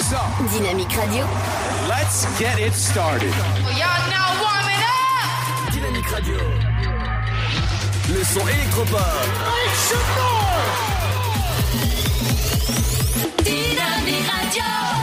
So, Dynamique Radio. let's get it started. Y'all now warming up. Dynamique Radio. Le son électropop. Dynamique Radio.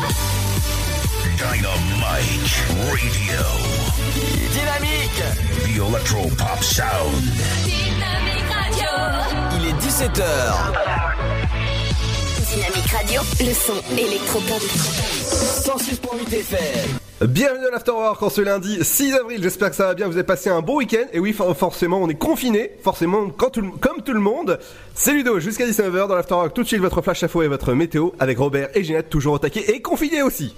Dynamite Radio. Dynamique. The Electro-Pop Sound. Dynamique Radio. Il est 17h. Dynamique Radio. Le son électropop. 106.8 FM. Bienvenue dans l'Afterwork en ce lundi 6 avril, j'espère que ça va bien, vous avez passé un bon week-end. Et oui, forcément on est confinés, forcément comme tout le monde. C'est Ludo, jusqu'à 19h dans l'Afterwork, tout de suite votre flash info et votre météo avec Robert et Ginette, toujours au taquet et confinés aussi.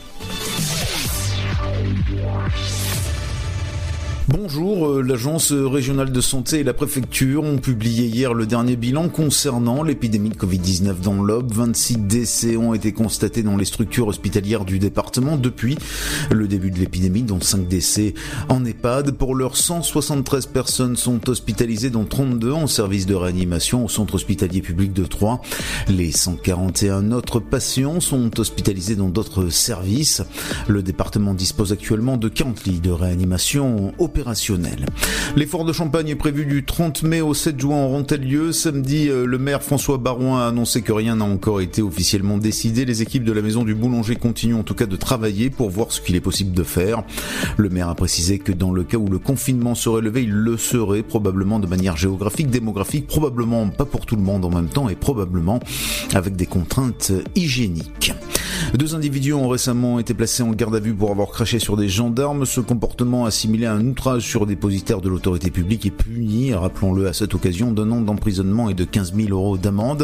Bonjour, l'Agence régionale de santé et la préfecture ont publié hier le dernier bilan concernant l'épidémie de Covid-19 dans l'Aube. 26 décès ont été constatés dans les structures hospitalières du département depuis le début de l'épidémie, dont 5 décès en EHPAD. Pour l'heure, 173 personnes sont hospitalisées, dont 32 en service de réanimation au centre hospitalier public de Troyes. Les 141 autres patients sont hospitalisés dans d'autres services. Le département dispose actuellement de 40 lits de réanimation opérationnelle. L'effort de Champagne est prévu du 30 mai au 7 juin en Rontel-Lieu. Samedi, le maire François Barouin a annoncé que rien n'a encore été officiellement décidé. Les équipes de la maison du boulanger continuent en tout cas de travailler pour voir ce qu'il est possible de faire. Le maire a précisé que dans le cas où le confinement serait levé, il le serait probablement de manière géographique, démographique, probablement pas pour tout le monde en même temps et probablement avec des contraintes hygiéniques. 2 individus ont récemment été placés en garde à vue pour avoir craché sur des gendarmes. Ce comportement assimilé à un outrage sur dépositaire de l'autorité publique est puni, rappelons-le à cette occasion, d'1 an d'emprisonnement et de 15 000 € d'amende.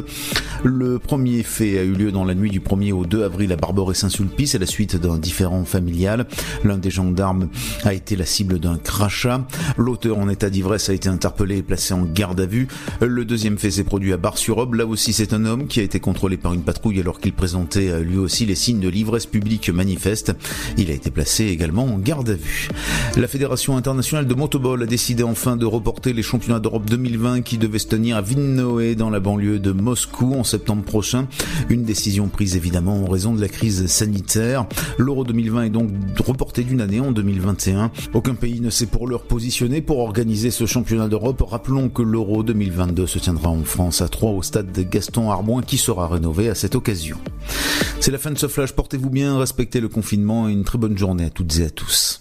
Le premier fait a eu lieu dans la nuit du 1er au 2 avril à Barberay-Saint-Sulpice à la suite d'un différend familial. L'un des gendarmes a été la cible d'un crachat. L'auteur en état d'ivresse a été interpellé et placé en garde à vue. Le deuxième fait s'est produit à Bar-sur-Aube. Là aussi, c'est un homme qui a été contrôlé par une patrouille alors qu'il présentait lui aussi les signes de l'ivresse publique manifeste. Il a été placé également en garde à vue. La Fédération internationale de motoball a décidé enfin de reporter les championnats d'Europe 2020 qui devaient se tenir à Vinnoé dans la banlieue de Moscou en septembre prochain. Une décision prise évidemment en raison de la crise sanitaire. L'Euro 2020 est donc reporté d'une année en 2021. Aucun pays ne s'est pour l'heure positionné pour organiser ce championnat d'Europe. Rappelons que l'Euro 2022 se tiendra en France à Troyes au stade de Gaston-Arbouin qui sera rénové à cette occasion. C'est la fin de ce flash, portez-vous bien, respectez le confinement et une très bonne journée à toutes et à tous.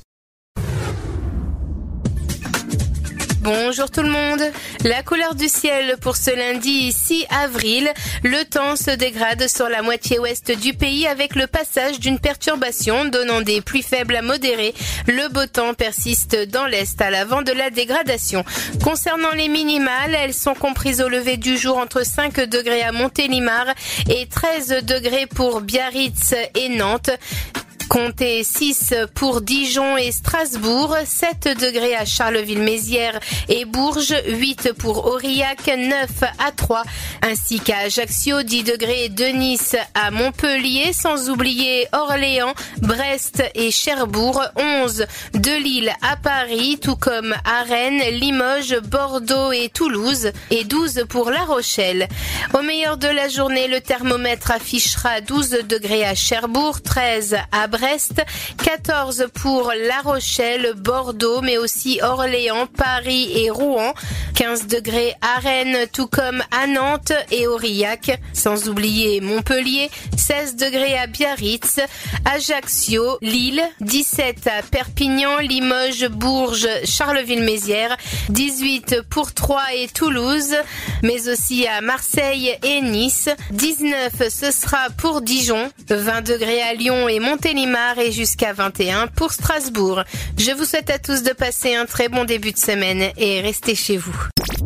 Bonjour tout le monde. La couleur du ciel pour ce lundi 6 avril. Le temps se dégrade sur la moitié ouest du pays avec le passage d'une perturbation donnant des pluies faibles à modérées. Le beau temps persiste dans l'est à l'avant de la dégradation. Concernant les minimales, elles sont comprises au lever du jour entre 5 degrés à Montélimar et 13 degrés pour Biarritz et Nantes. Comptez 6 pour Dijon et Strasbourg, 7 degrés à Charleville-Mézières et Bourges, 8 pour Aurillac, 9 à Troyes, ainsi qu'à Ajaccio, 10 degrés de Nice à Montpellier, sans oublier Orléans, Brest et Cherbourg, 11 de Lille à Paris, tout comme à Rennes, Limoges, Bordeaux et Toulouse, et 12 pour La Rochelle. Au meilleur de la journée, le thermomètre affichera 12 degrés à Cherbourg, 13 à Brest, 14 pour La Rochelle, Bordeaux, mais aussi Orléans, Paris et Rouen, 15 degrés à Rennes, tout comme à Nantes et Aurillac, sans oublier Montpellier, 16 degrés à Biarritz, Ajaccio, Lille, 17 à Perpignan, Limoges, Bourges, Charleville-Mézières, 18 pour Troyes et Toulouse, mais aussi à Marseille et Nice, 19 ce sera pour Dijon, 20 degrés à Lyon et Montélimar et jusqu'à 21 pour Strasbourg. Je vous souhaite à tous de passer un très bon début de semaine et restez chez vous.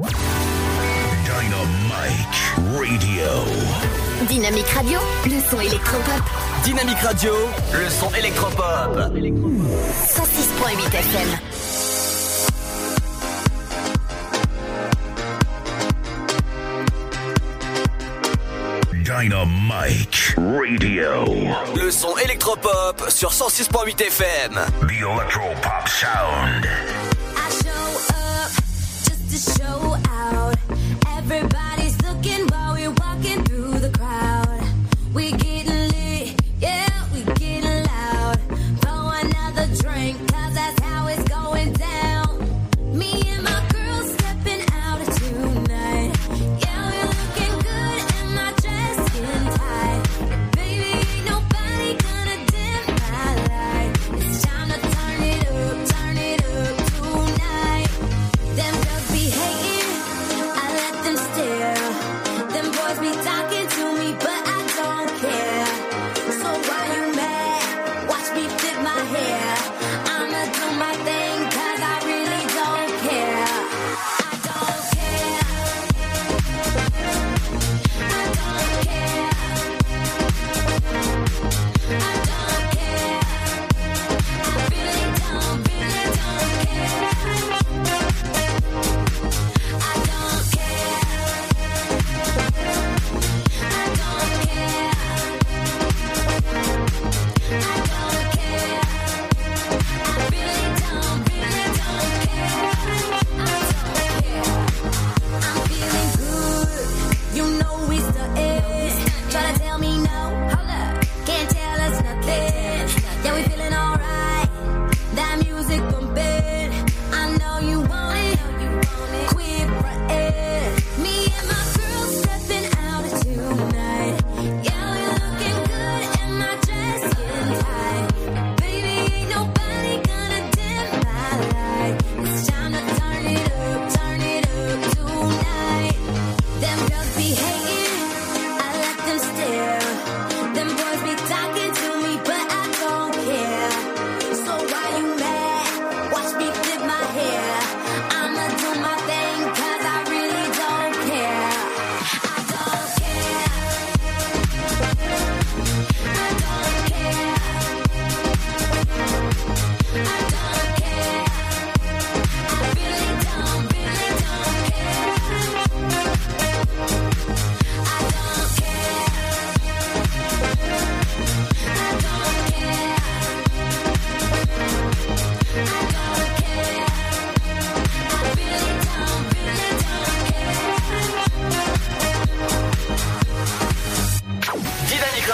Dynamite Radio. Dynamique Radio, le son électropop. Dynamique Radio, le son électropop. 106.8 FM. Dynamite Radio. Le son électropop sur 106.8 FM. The Electro-Pop Sound. I show up just to show out. Everybody's looking while we're walking through the crowd. We're getting lit, yeah, we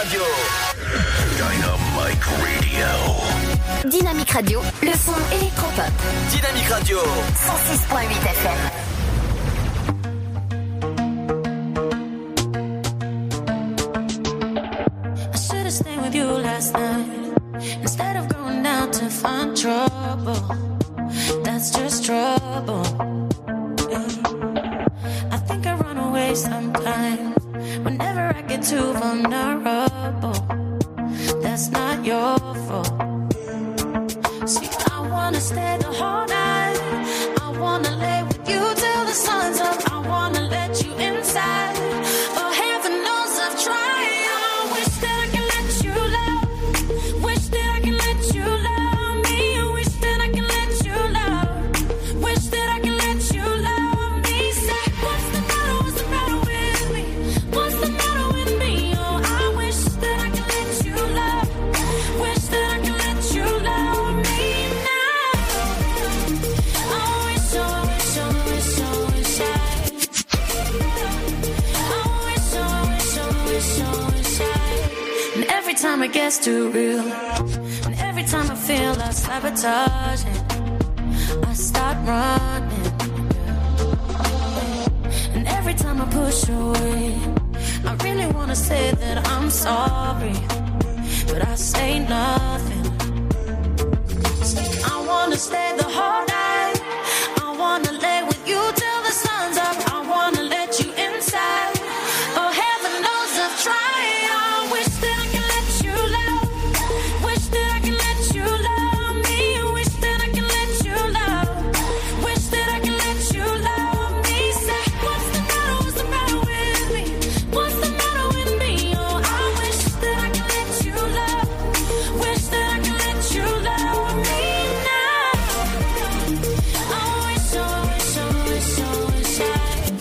Radio. Dynamic Radio. Dynamique Radio, le son électropop. Dynamic Radio. 106.8 FM. I should've stayed with you last night instead of going out to find trouble. That's just trouble. Yeah. I think I run away sometimes whenever I get too vulnerable. That's not your fault. See, I wanna stay the whole night. I wanna lay with you till the sun's up. I wanna let you inside. Oh, heaven knows I've tried. I wish that I can let you love. Wish that I can let you love me. Wish that I can let you love. Wish that I can let you love me. Say, what's the matter with me? What's the matter with me? Oh, I wish that I can let you love. Wish that I can let you love me now. Oh, wish, oh, wish, oh, wish, oh, wish I. Oh, wish, oh, wish, oh, wish, oh, wish I. And every time it gets too real, and every time I feel like sabotaging, I start running. And every time I push away, I really wanna say that I'm sorry, but I say nothing. I wanna stay the whole night. I wanna lay with you till the sun's up. I wanna let you inside. Oh, heaven knows I've tried. I wish that I can let you love. Wish that I can let you love me. Wish that I can let you love. Wish that I can let you love me. Say, what's the matter with me? What's the matter with me? Oh, I wish that I can let you love. Wish that I can let you love me now. Oh, wish, oh, wish, oh, wish, oh, wish I.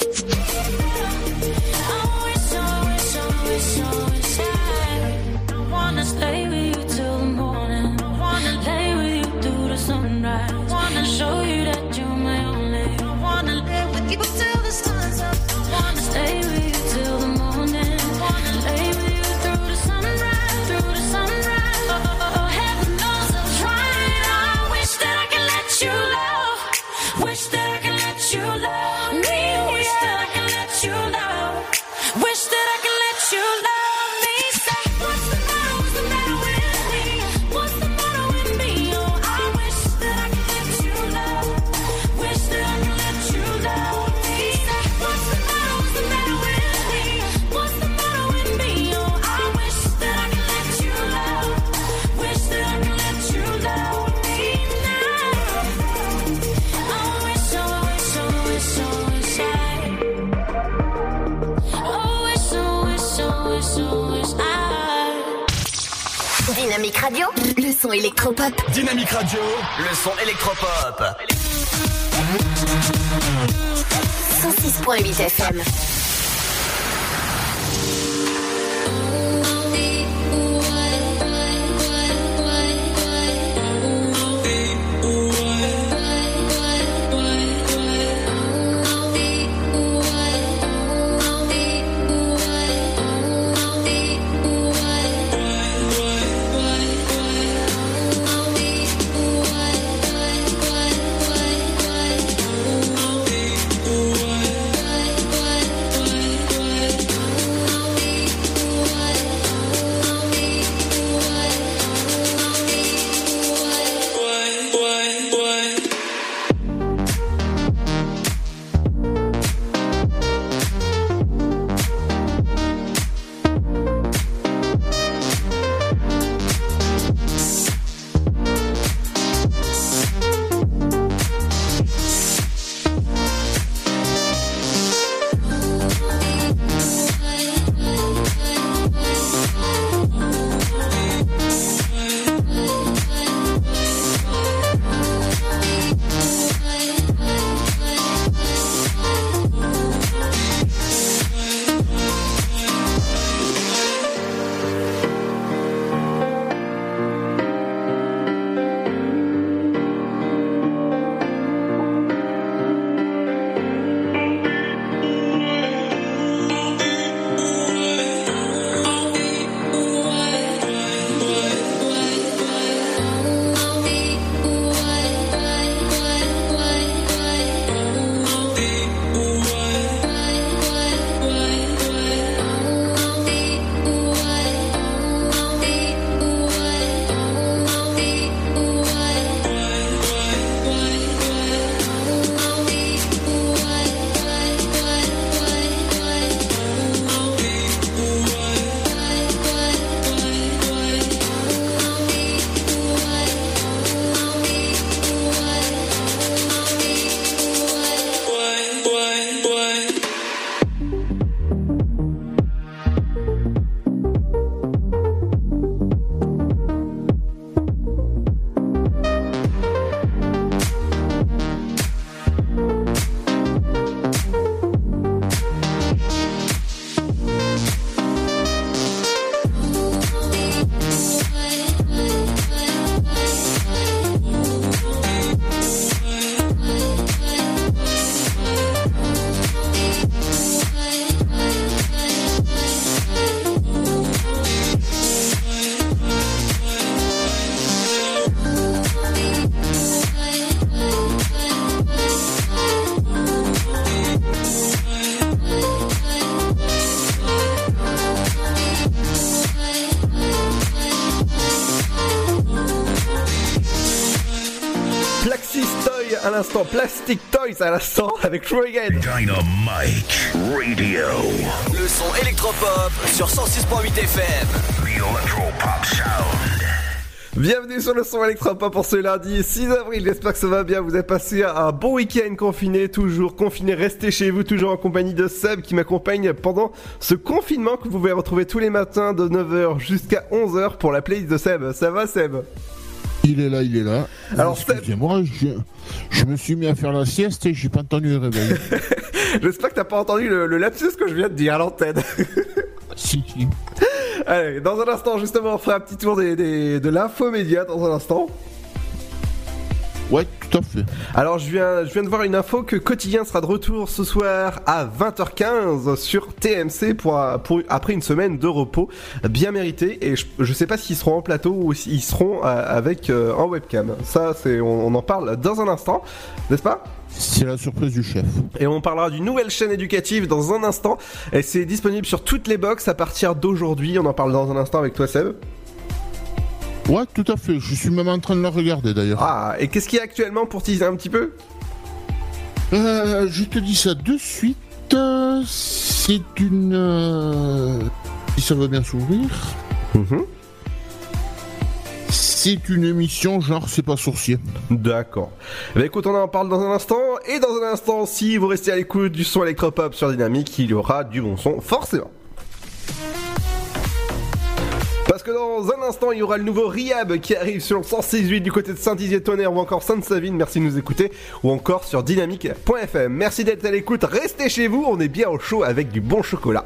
Oh, wish, oh, wish, oh, wish, oh, wish I wanna stay with you till the morning. I wanna lay with you through the sunrise. I wanna show you that you're my only. I wanna lay with you till the sun's up. I wanna stay with you till the morning. I wanna lay with you through the sunrise, through the sunrise. Oh, heaven knows I've tried. I wish that I can let you love. Wish that I can let you love me. Wish that I can let you love. Wish that I can let you love me. Say, what's the matter with me? What's the matter with me? Oh, I wish that I can let you love. Wish that I can let you love me. Say, what's the matter with me? What's the matter with me? Oh, I wish that I can let you love. Wish that I can let you love me now. Oh, wish, oh, wish, oh, wish, oh, wish I. Oh, wish, oh, wish, oh, wish, oh, wish I. Dynamique Radio, le son électropop. Dynamic Radio. Le son électropop. 106.8 FM. à l'instant Plastic Toys à l'instant avec Troy Again. Dynamite Radio. Le son électropop sur 106.8 FM. The Electropop Sound. Bienvenue sur le son électropop pour ce lundi 6 avril, j'espère que ça va bien, vous avez passé un bon week-end confiné, toujours confiné, restez chez vous, toujours en compagnie de Seb qui m'accompagne pendant ce confinement que vous pouvez retrouver tous les matins de 9h jusqu'à 11h pour la playlist de Seb. Ça va Seb ? Il est là. Alors excusez-moi, je me suis mis à faire la sieste et j'ai pas entendu le réveil. J'espère que t'as pas entendu le lapsus que je viens de dire à l'antenne. Si. Allez, dans un instant, justement, on fera un petit tour de l'infomédia dans un instant. Ouais, tout à fait. Alors, je viens de voir une info que Quotidien sera de retour ce soir à 20h15 sur TMC pour après une semaine de repos bien mérité. Et je sais pas s'ils seront en plateau ou s'ils seront en webcam. Ça, on en parle dans un instant, n'est-ce pas ? C'est la surprise du chef. Et on parlera d'une nouvelle chaîne éducative dans un instant. Et c'est disponible sur toutes les box à partir d'aujourd'hui. On en parle dans un instant avec toi, Seb. Ouais, tout à fait. Je suis même en train de la regarder d'ailleurs. Ah, et qu'est-ce qu'il y a actuellement pour teaser un petit peu ? Je te dis ça de suite. C'est une... Si ça va bien s'ouvrir. C'est une émission genre C'est pas sorcier. D'accord. Bah écoute, on en parle dans un instant. Et dans un instant, si vous restez à l'écoute du son électropop sur Dynamique, il y aura du bon son, forcément. Parce que dans un instant, il y aura le nouveau Rihab qui arrive sur le 106.8 du côté de Saint-Dizier-Tonnerre ou encore Sainte-Savine. Merci de nous écouter. Ou encore sur dynamique.fm. Merci d'être à l'écoute. Restez chez vous. On est bien au chaud avec du bon chocolat.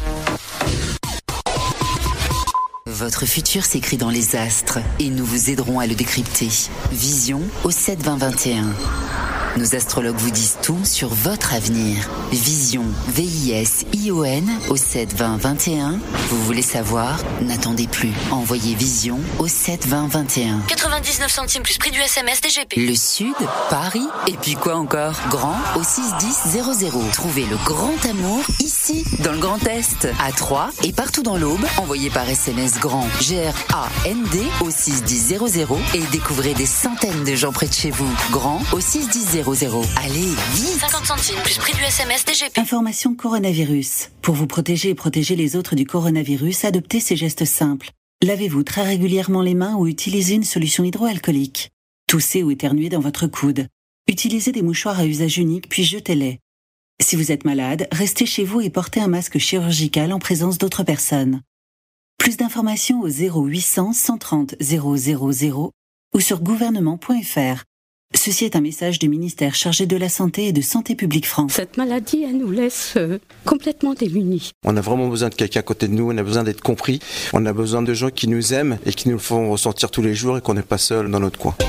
Votre futur s'écrit dans les astres et nous vous aiderons à le décrypter. Vision au 7-20-21. Nos astrologues vous disent tout sur votre avenir. Vision, V-I-S-I-O-N au 7-20-21. Vous voulez savoir ? N'attendez plus. Envoyez Vision au 7-20-21. 99 centimes plus prix du SMS DGP. Le Sud, Paris, et puis quoi encore ? Grand au 61000. Trouvez le grand amour ici, dans le Grand Est, à Troyes et partout dans l'Aube. Envoyez par SMS grand G-R-A-N-D au 61000 et découvrez des centaines de gens près de chez vous. Grand au 61000. Allez, vite ! 50 centimes plus prix du SMS DGP. Information coronavirus. Pour vous protéger et protéger les autres du coronavirus, adoptez ces gestes simples. Lavez-vous très régulièrement les mains ou utilisez une solution hydroalcoolique. Toussez ou éternuez dans votre coude. Utilisez des mouchoirs à usage unique puis jetez-les. Si vous êtes malade, restez chez vous et portez un masque chirurgical en présence d'autres personnes. Plus d'informations au 0800 130 000 ou sur gouvernement.fr. Ceci est un message du ministère chargé de la Santé et de Santé publique France. Cette maladie, elle nous laisse complètement démunis. On a vraiment besoin de quelqu'un à côté de nous, on a besoin d'être compris, on a besoin de gens qui nous aiment et qui nous le font ressentir tous les jours et qu'on n'est pas seul dans notre coin.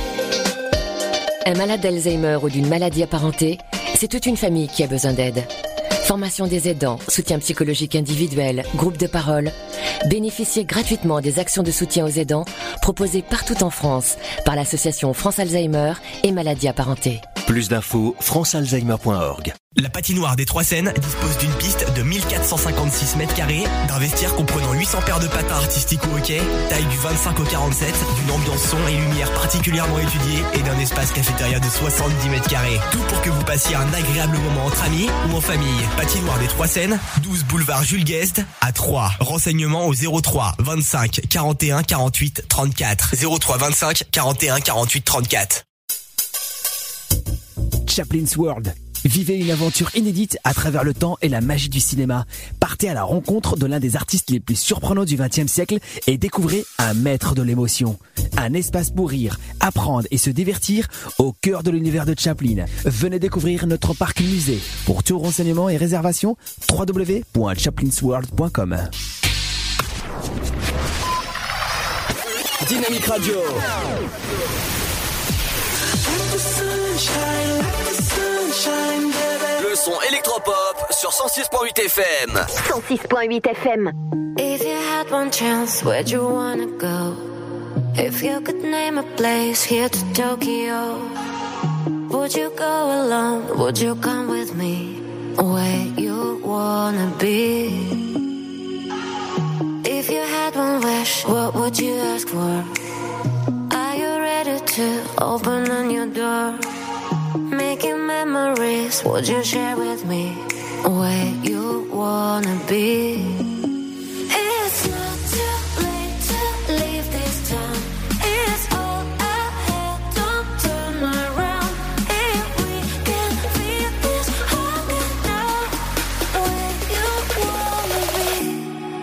Un malade d'Alzheimer ou d'une maladie apparentée, c'est toute une famille qui a besoin d'aide. Formation des aidants, soutien psychologique individuel, groupe de parole. Bénéficiez gratuitement des actions de soutien aux aidants proposées partout en France par l'association France Alzheimer et maladies apparentées. Plus d'infos, francealzheimer.org. La patinoire des Trois Seines dispose d'une piste de 1456 mètres carrés, d'un vestiaire comprenant 800 paires de patins artistiques ou hockey, taille du 25 au 47, d'une ambiance son et lumière particulièrement étudiée et d'un espace cafétéria de 70 mètres carrés. Tout pour que vous passiez un agréable moment entre amis ou en famille. Patinoire des Trois Seines, 12 boulevard Jules Guest à Troyes. Renseignements au 03 25 41 48 34. 03 25 41 48 34. Chaplin's World. Vivez une aventure inédite à travers le temps et la magie du cinéma. Partez à la rencontre de l'un des artistes les plus surprenants du XXe siècle et découvrez un maître de l'émotion. Un espace pour rire, apprendre et se divertir au cœur de l'univers de Chaplin. Venez découvrir notre parc musée. Pour tout renseignement et réservation, www.chaplinsworld.com. Dynamique Radio. Le son électropop sur 106.8 FM. 106.8 FM. If you had one chance, where'd you wanna go? If you could name a place here to Tokyo, would you go alone? Would you come with me? Where you wanna be? If you had one wish, what would you ask for? Are you ready to open on your door? wrist, would you share with me where you wanna be? It's not too late to leave this town. It's all ahead, don't turn around. If we can feel this hunger now, where you wanna be.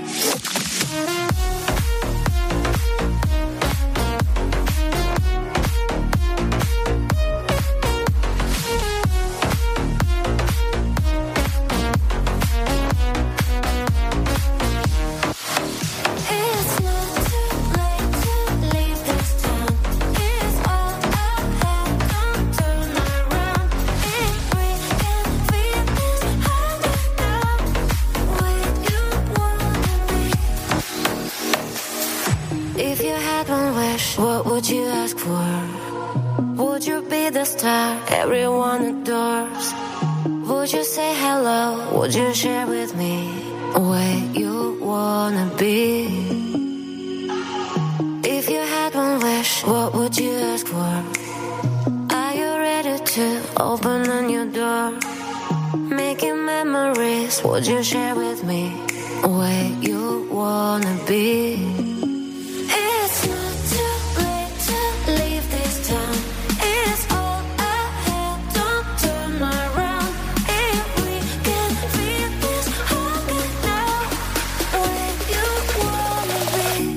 It's not too late to leave this town. It's all ahead, don't turn around. If we can feel this hunger now, where you wanna be. If you had one wish, what would you ask for? Would you be the star everyone adores? Would you say hello? Would you share with me where you wanna be? If you had one wish, what would you ask for? Are you ready to open a new door? Making memories, would you share with me where you wanna be? It's not too late to leave this town. It's all ahead, don't turn around. If we can feel this hunger now, where you wanna be.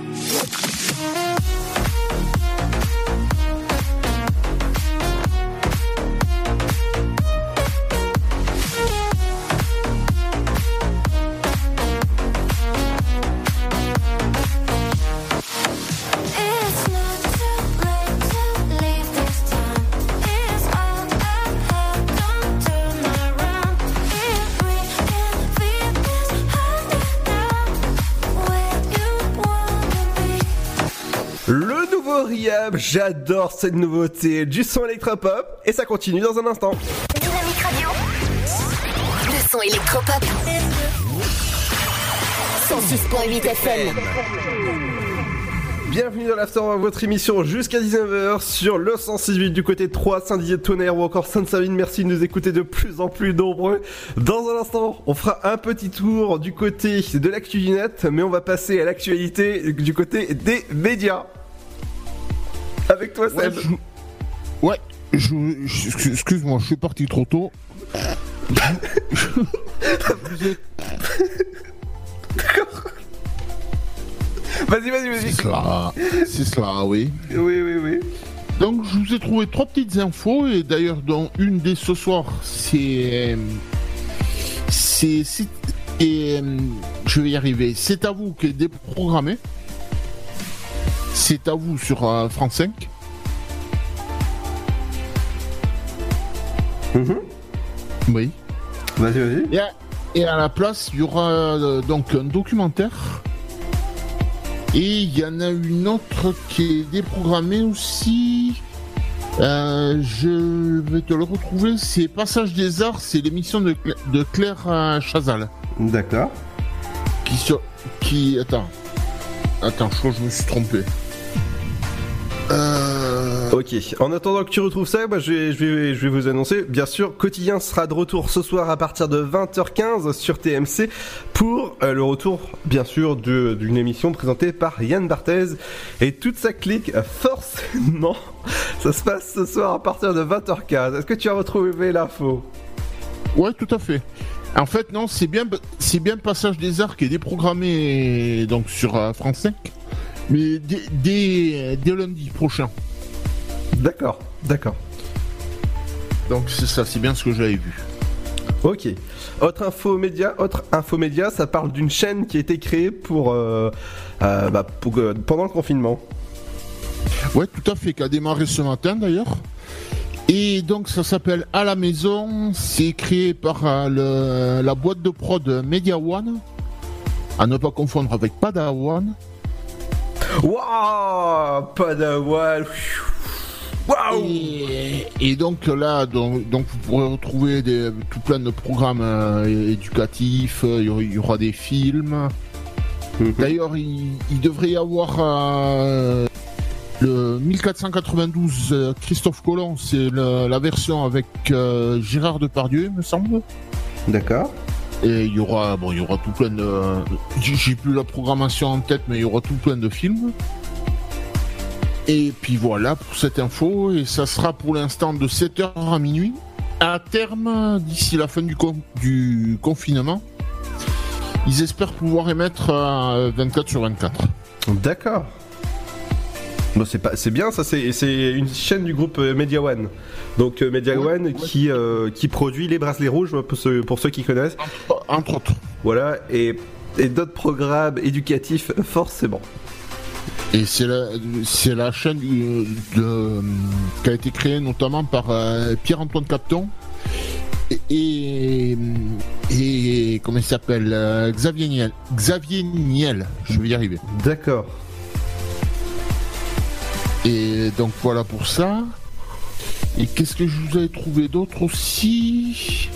It's not too late to leave this town. It's all ahead, don't turn around. If we can feel this hunger now, where you wanna be. Le nouveau Riab, j'adore cette nouveauté, du son électropop, et ça continue dans un instant. Dynamique Radio. Le son électropop. 106.8 FM. Bienvenue dans l'After, votre émission jusqu'à 19h sur le 106.8 du côté de Troyes, Saint-Didier-de-Tonnerre ou encore Sainte-Savine. Merci de nous écouter de plus en plus nombreux. Dans un instant, on fera un petit tour du côté de l'actu du net, mais on va passer à l'actualité du côté des médias. Avec toi, Seb. Excuse-moi, je suis parti trop tôt. Vas-y. C'est cela, oui. Oui. Donc, je vous ai trouvé 3 petites infos, et d'ailleurs, dont une dès ce soir, je vais y arriver. C'est à vous qui est déprogrammé. C'est à vous sur France 5. Oui. Vas-y. Et à la place, il y aura donc un documentaire. Et il y en a une autre qui est déprogrammée aussi. Je vais te le retrouver. C'est Passage des Arts. C'est l'émission de Claire Chazal. D'accord. Attends, je crois que je me suis trompé. Ok, en attendant que tu retrouves ça, bah, je vais vous annoncer, bien sûr, Quotidien sera de retour ce soir à partir de 20h15 sur TMC pour le retour, bien sûr, d'une émission présentée par Yann Barthès et toute sa clique. Forcément, ça se passe ce soir à partir de 20h15. Est-ce que tu as retrouvé l'info? Ouais, tout à fait. En fait, non, c'est bien Passage des Arts qui est déprogrammé donc sur France 5, mais dès lundi prochain. D'accord. Donc c'est ça, c'est bien ce que j'avais vu. Ok. Autre info média, ça parle d'une chaîne qui a été créée pendant le confinement. Ouais, tout à fait, qui a démarré ce matin d'ailleurs. Et donc ça s'appelle À la maison, c'est créé par la boîte de prod Media One, à ne pas confondre avec Padawan. Waouh, Padawan. Waouh. Et donc là, donc vous pourrez retrouver tout plein de programmes éducatifs. Il y aura des films. D'ailleurs, il devrait y avoir Le 1492 Christophe Colomb, c'est la version avec Gérard Depardieu, me semble. D'accord. Et il y aura tout plein de... J'ai plus la programmation en tête, mais il y aura tout plein de films. Et puis voilà pour cette info, et ça sera pour l'instant de 7h à minuit. À terme, d'ici la fin du confinement, ils espèrent pouvoir émettre 24/24. D'accord. Bon, c'est bien, ça c'est une chaîne du groupe Media One. Donc Media One qui produit les bracelets rouges pour ceux qui connaissent. Entre autres. Voilà, et d'autres programmes éducatifs forcément. Et c'est la chaîne qui a été créée notamment par Pierre-Antoine Capton et comment il s'appelle, Xavier Niel, je vais y arriver. D'accord. Et donc voilà pour ça. Et qu'est-ce que je vous avais trouvé d'autre aussi?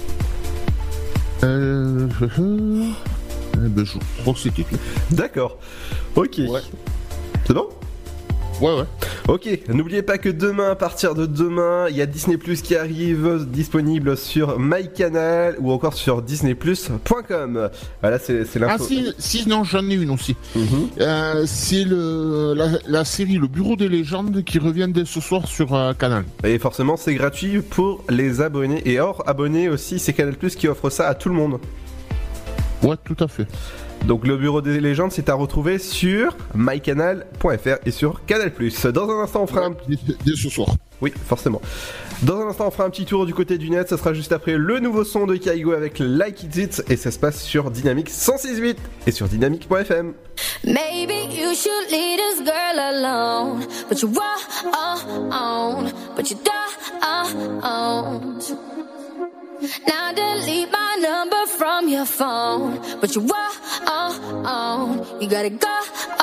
Je crois que c'était tout. D'accord. Ok. Ouais. C'est bon? Ouais. Ok, n'oubliez pas que demain, à partir de demain, il y a Disney Plus qui arrive, disponible sur MyCanal ou encore sur disneyplus.com. Voilà, c'est l'info. Ah si, non, j'en ai une aussi. C'est la série Le Bureau des légendes qui revient dès ce soir sur Canal. Et forcément, c'est gratuit pour les abonnés. Et hors abonnés aussi, c'est Canal Plus qui offre ça à tout le monde. Ouais, tout à fait. Donc le Bureau des légendes, c'est à retrouver sur mycanal.fr et sur Canal+. Dans un instant, on fera dès ce soir. Oui, forcément. Dans un instant, on fera un petit tour du côté du net. Ça sera juste après le nouveau son de Kaigo avec Like It It. Et ça se passe sur Dynamique 106.8 et sur dynamique.fm. Maybe you should leave this girl alone, but you on, but you don't. Now delete my number from your phone, but you on. You gotta go,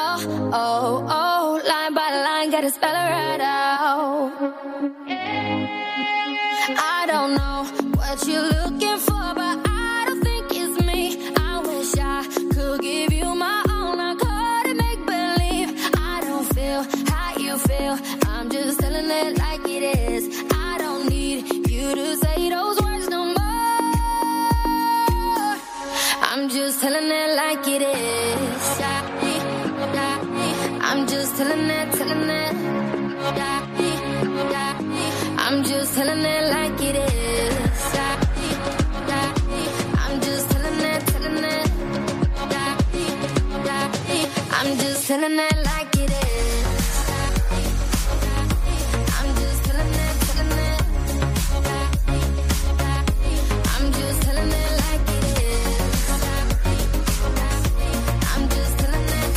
line by line, gotta spell it right out. I don't know what you're looking for, but I don't think it's me. I wish I could give you my all, I couldn't make believe. I don't feel how you feel, I'm just telling it like it is. I don't need you to say those words no more. I'm just telling it like it is. I'm just telling it. I'm just telling it like it is. I'm just telling it. I'm just telling it like it is. I'm just telling it. I'm just telling it like it is. I'm just telling it.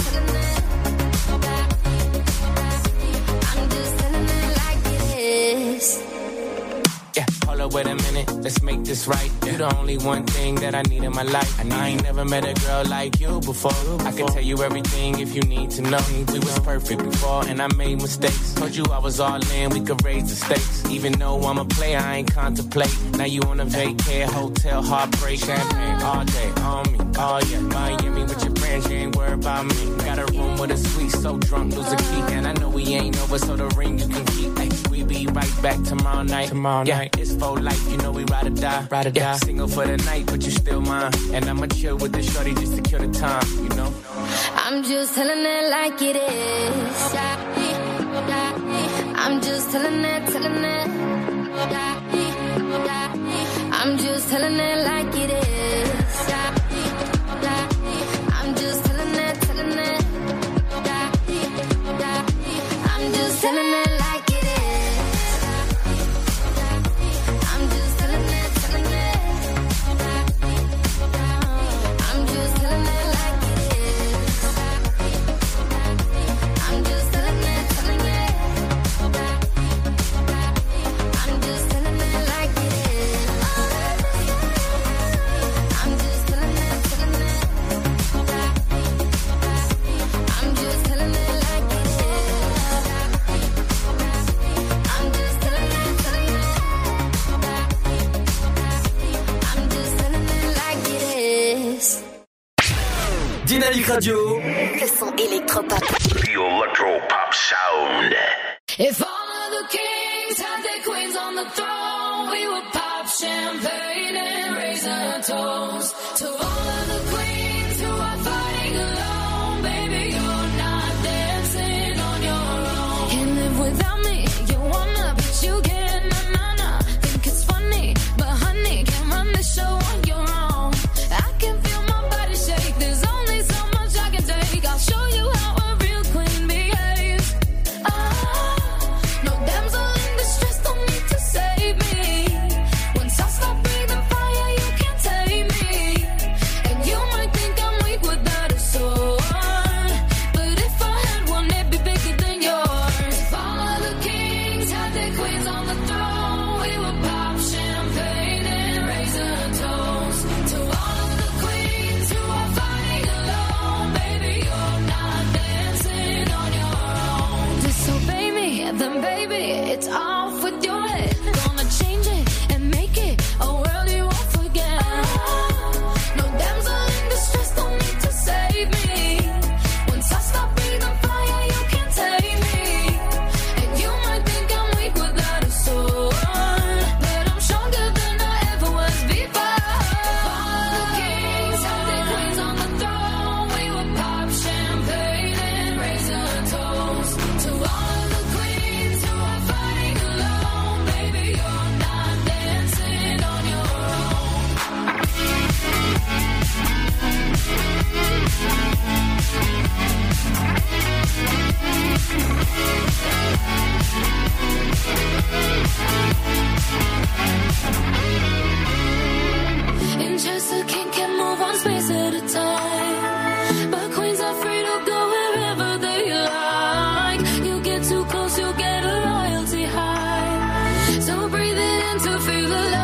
I'm just telling it like it is. Yeah, hold up, wait a minute, let's make this right. You the only one thing that I need in my life. I ain't never met a girl like you before. I can tell you everything if you need to know. We was perfect before and I made mistakes. Told you I was all in, we could raise the stakes. Even though I'm a player, I ain't contemplate. Now you on a vacay, hotel, heartbreak. Champagne all day, on me, oh yeah. Miami with your friends, you ain't worried about me. Got a room with a suite, so drunk, lose a key. And I know we ain't over, so the ring you can keep. Ay, we be right back tomorrow night. Yeah, it's for life, you know we ride or die. Yeah, single for the night, but you still mine. And I'ma chill with the shorty just to kill the time, you know. I'm just telling it like it is. I'm just telling it. I'm just telling it like it is. I'm just telling it. I'm just telling it like it is. I'm just telling it. I'm just telling it like it is. I'm just telling it. I'm just telling it like it is. I'm just telling it. I'm just telling it like it is. I'm just telling it. I'm just telling it like it is. Dynamique Radio. Le son électropop. The Electropop Sound. If all of the kings had their queens on the throne, we would pop champagne and raise a toast to all of the queens who are fighting alone. Baby, you're not dancing on your own. Can't live without me, you wanna, but you can't, nah. Think it's funny, but honey, can't run the show on your own. I can feel my body shake, there's only so much I can take. I'll show you how a real queen behaves. No damsel in distress, don't need to save me. Once I stop breathing fire, you can't tame me. And you might think I'm weak without a sword, but if I had one, it'd be bigger than yours. If all of the kings had their queens on the throne, we would pop champagne and raise a toast to all of the queens who are fighting alone. Baby, you're not dancing on your own. Disobey me, then baby, it's off with your head. Gonna change it and make it a world you won't forget. No damsel in distress, don't need to save me. Once I stop breathing fire, you can't tame me. And you might think I'm weak without a sword, but I'm stronger than I ever was before. If all of the kings had their queens on the throne, we would pop champagne and raise a toast to all of the queens who are fighting alone. Baby, you're not dancing on your own. In Chester, king can move one space at a time, but queens are free to go wherever they like. You get too close, you'll get a royalty high. So breathe it in to feel alive.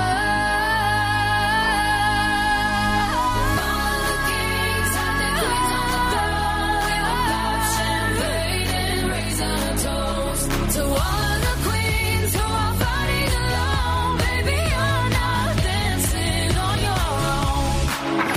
All of the kings had their queens on the throne. We will pop champagne and raise a toast to all of the queens who are fighting alone. Baby, you're not dancing on your own.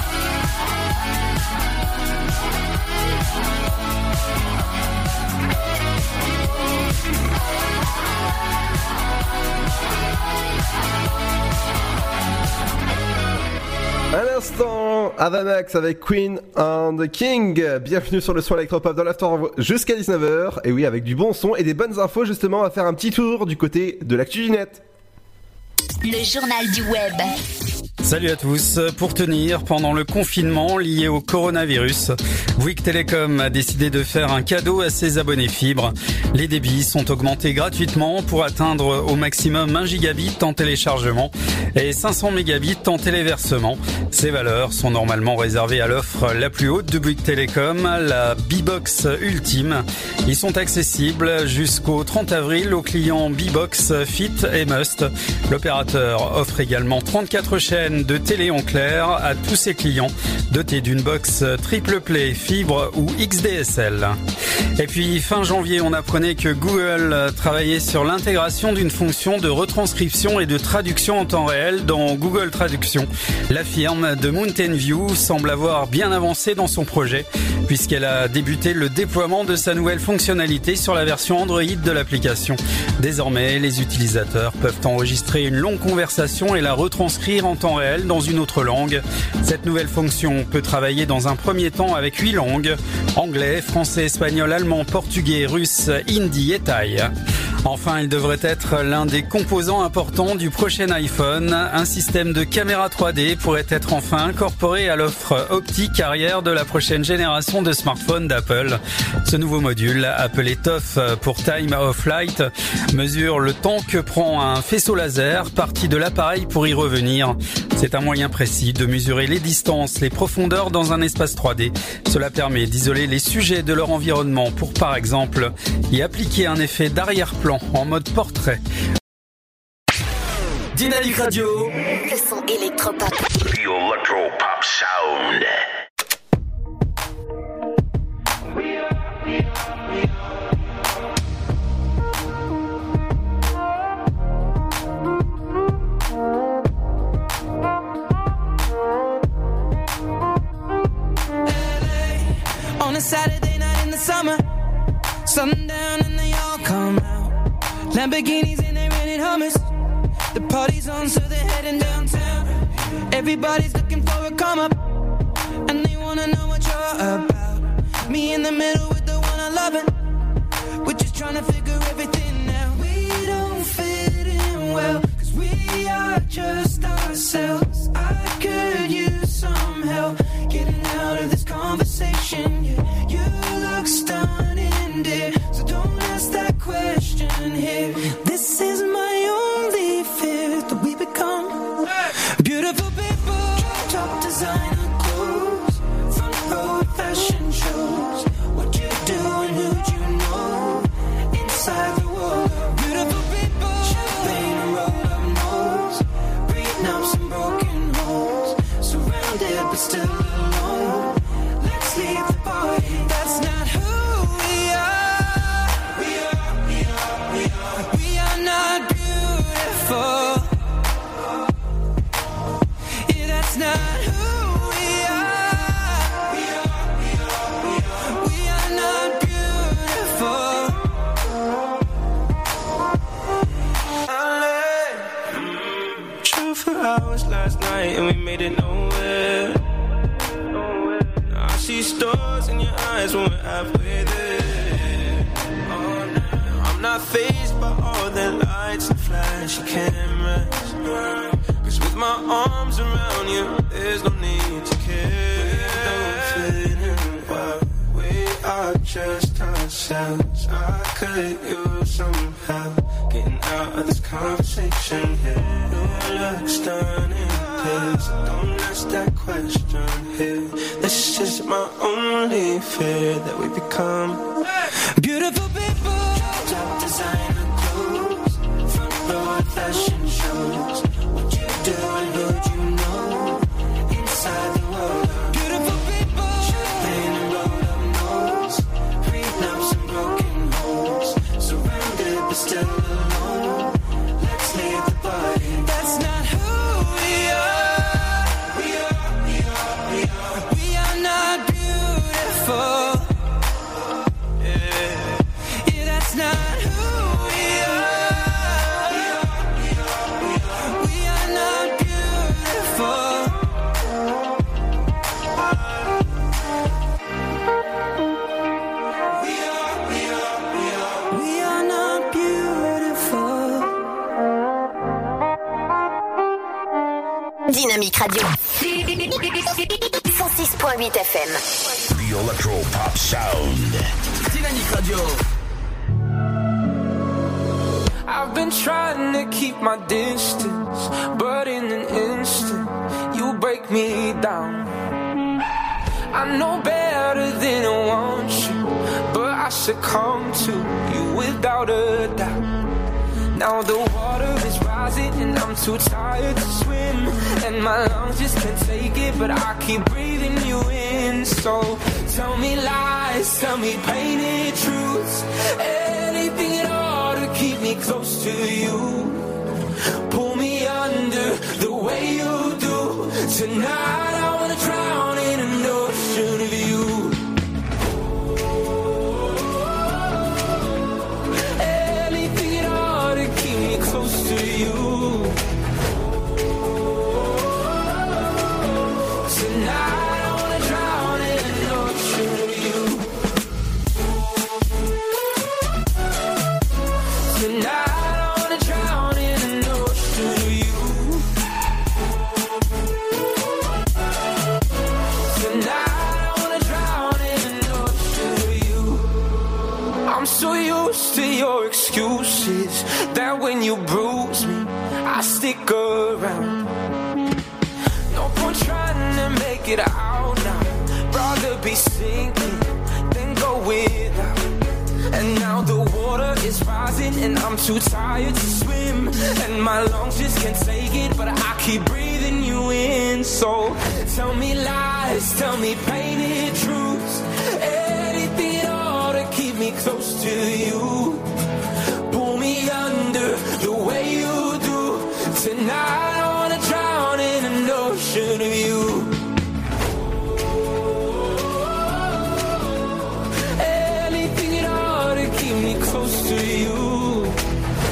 À l'instant, Avamax avec Queen and the King. Bienvenue sur le son électropop dans l'after jusqu'à 19h. Et oui, avec du bon son et des bonnes infos, justement, on va faire un petit tour du côté de l'actu du net. Le journal du web. Salut à tous. Pour tenir pendant le confinement lié au coronavirus, Bouygues Telecom a décidé de faire un cadeau à ses abonnés fibres. Les débits sont augmentés gratuitement pour atteindre au maximum 1 gigabit en téléchargement et 500 mégabits en téléversement. Ces valeurs sont normalement réservées à l'offre la plus haute de Bouygues Telecom, la B-Box Ultime. Ils sont accessibles jusqu'au 30 avril aux clients B-Box, Fit et Must. L'opérateur offre également 34 chaînes de télé en clair à tous ses clients dotés d'une box triple play, fibre ou XDSL. Et puis fin janvier, on apprenait que Google travaillait sur l'intégration d'une fonction de retranscription et de traduction en temps réel dans Google Traduction. La firme de Mountain View semble avoir bien avancé dans son projet puisqu'elle a débuté le déploiement de sa nouvelle fonctionnalité sur la version Android de l'application. Désormais, les utilisateurs peuvent enregistrer une longue conversation et la retranscrire en temps réel dans une autre langue. Cette nouvelle fonction peut travailler dans un premier temps avec 8 langues: anglais, français, espagnol, allemand, portugais, russe, hindi et thaï. Enfin, il devrait être l'un des composants importants du prochain iPhone. Un système de caméra 3D pourrait être enfin incorporé à l'offre optique arrière de la prochaine génération de smartphones d'Apple. Ce nouveau module, appelé TOF pour Time of Flight, mesure le temps que prend un faisceau laser parti de l'appareil pour y revenir. C'est un moyen précis de mesurer les distances, les profondeurs dans un espace 3D. Cela permet d'isoler les sujets de leur environnement pour, par exemple, y appliquer un effet d'arrière-plan en mode portrait. Dynamique Radio. Le son électropop. The electropop sound. On a Saturday night in the summer, sundown and they all come out. Lamborghinis and they're renting hummus. The party's on, so they're heading downtown. Everybody's looking for a come up, and they wanna know what you're about. Me in the middle with the one I love it. We're just trying to figure everything out. We don't fit in well, 'cause we are just ourselves. I could use some help getting out of this conversation. Yeah, you look stunning, dear, so don't ask that question here. This is my only fear, that we become beautiful people. Top designer clothes, front row fashion shows. What you do and who'd you know? Inside the world, beautiful people. Champagne and rolled up nose, prenups and broken homes. Surrounded but still alone. Let's leave the party. That's not who we are. We are not beautiful. Yeah, that's not who we are. We are not beautiful. Drove for hours last night and we made it nowhere. Now I see stars in your eyes when we're halfway there. Oh, no. I'm not fazed by all the lights and flashy cameras. 'Cause with my arms around you, there's no need to care. Don't fit in well, we are just ourselves. I could use some help getting out of this conversation here. You look stunning, please don't ask that question here. This is my only fear, that we become beautiful people. Top designer clothes, front row fashion shows. What you do and who'd you know? Inside the world, beautiful people. Champagne and rolled up nose, prenups and broken homes. Surrounded but still alone. Let's leave the party. That's not who we are. We are not beautiful. Yeah, that's not who we are. We are not beautiful. We are not beautiful. Dynamique Radio. 106.8 FM. The Electro Pop Sound. Dynamique Radio. I've been trying to keep my distance, but in an instant, you break me down. I know better than I want you, but I succumb to you without a doubt. Now the water is rising and I'm too tired to swim, and my lungs just can't take it, but I keep breathing you in. So tell me lies, tell me painted truths, anything at all to keep me close to you. Pull me under the way you do. Tonight I wanna drown in an ocean of you. Anything at all to keep me close to you. Tonight I wanna drown in an ocean of you. Tonight I wanna drown in an ocean of you. Tonight I wanna drown in an ocean of you. I'm so used to your excuses that when you bruise me, I stick around. No point trying to make it out now. Rather be sinking than go without. And now the water is rising and I'm too tired to swim, and my lungs just can't take it, but I keep breathing you in. So tell me lies, tell me painted truths, anything at all to keep me close to you. Pull me under the way you do. Tonight I wanna drown in an ocean of you. Anything at all to keep me close to you.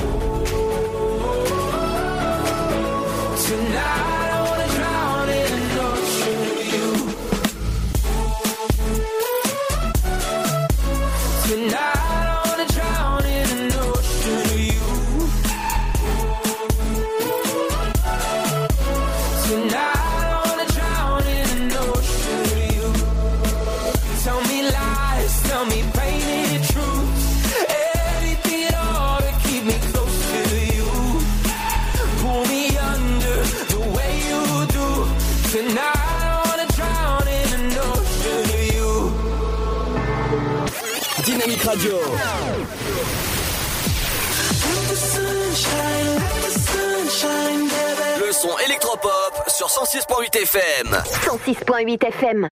Radio. Le son électropop sur 106.8 FM. 106.8 FM.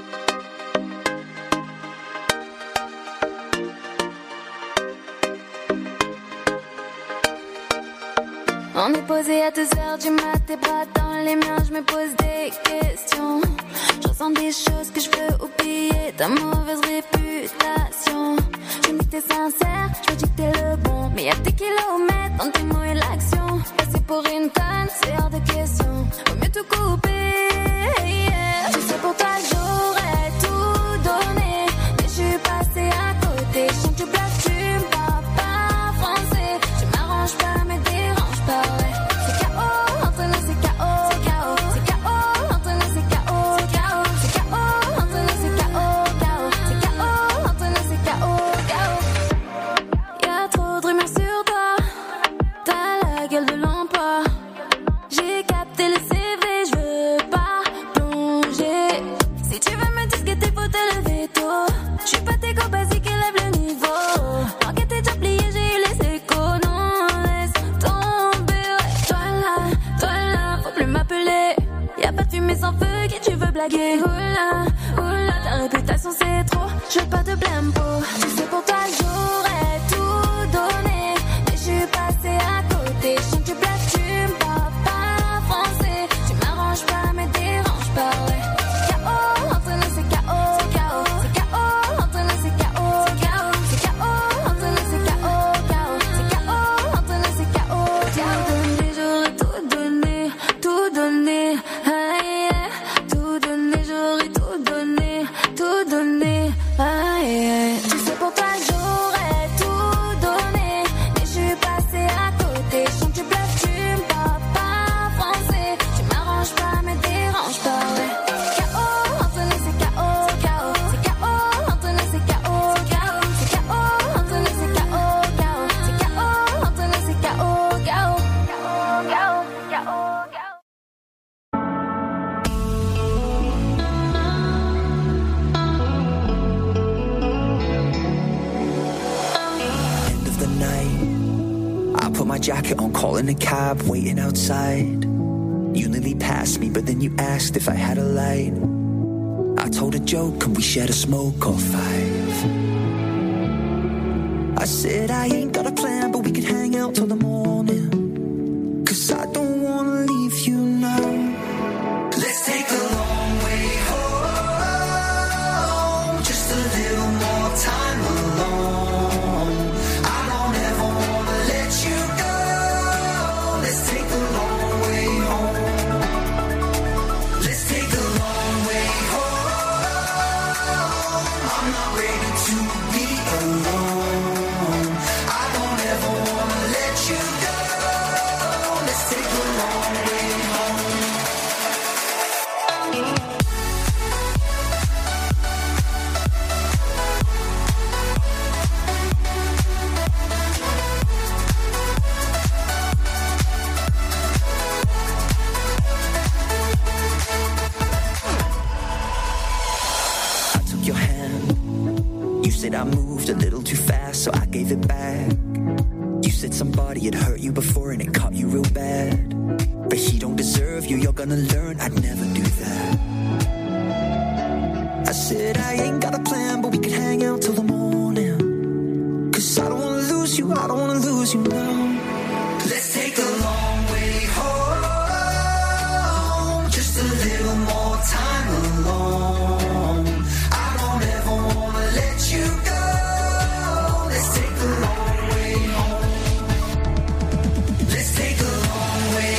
On est posé à 2h du mat, tes bras dans les miens, je me pose des questions. Je ressens des choses que je veux oublier, ta mauvaise réputation. Je me dis que t'es sincère, je me dis que t'es le bon. Mais y'a des kilomètres entre tes mots et l'action. Passer pour une conne, c'est hors de question. Vaut mieux tout couper, yeah. Tu sais pour toi j'aurais tout donné, mais je suis passée à côté. Je sens que tu blagues, tu me parles pas français. Tu m'arranges pas, me dérange pas, ouais. C'est KO, entre nous c'est KO, c'est KO, c'est KO, entre nous c'est KO, c'est KO, c'est KO, entre nous c'est KO, KO, c'est KO, entre nous c'est KO, KO. Y'a trop de rumeurs sur toi, t'as la gueule de l'emploi. J'ai capté le CV, je veux pas plonger. Si tu veux me disqueter, faut te lever tôt. J'suis pas tes go basiques, élève le niveau. L'enquête est déjà pliée, j'ai eu les échos, non, laisse tomber. Ouais. Toi là, faut plus m'appeler. Y'a pas de fumée sans feu, qui tu veux blaguer? Oula, ta réputation c'est trop. Je veux pas de blempo. Tu sais pour toi j'aurais tout donné, mais j'suis passée à côté. Je sens que tu blagues, tu me parles pas français. Tu m'arranges pas, me dérange pas, ouais. KO, entre nous c'est KO, c'est KO, c'est KO, entre nous c'est KO, c'est KO, c'est KO, entre nous c'est KO, KO, c'est KO, entre nous c'est KO, KO. Tout donné, aïe, tout donné, j'aurais tout donné, aïe. Tu sais pour toi j'aurais tout donné, mais je suis passée à côté. Je sens que tu bluffes, tu me parles pas français. Tu m'arranges pas, me dérange pas, ouais. KO, entre nous c'est KO, c'est KO, c'est KO, entre nous c'est KO, KO, c'est KO, entre nous c'est KO, KO, c'est KO, entre nous c'est KO, KO, KO, KO. End of the night, I put my jacket on, calling a cab, waiting outside. You nearly passed me, but then you asked if I had a light. I told a joke and we shared a smoke or five. I said I ain't got a plan, but we could hang out till the morning. 'Cause I don't wanna leave you now. Let's take a long way home, just a little more time alone. I don't ever wanna let you go. Let's take a long way home. Let's take a long way home. I'm not ready to be alone. I don't ever wanna let you go. Let's take a long way home. I took your hand. You said I moved a little too fast, so I gave it back. You said somebody had hurt you before and it caught you real bad. But he don't deserve you, you're gonna learn I'd never do that. I said I ain't got a plan, but we could hang out till the morning. 'Cause I don't wanna lose you, I don't wanna lose you now. Let's take a long way home, just a little more time alone. I don't ever wanna let you go. Let's take a long way home. Let's take a long way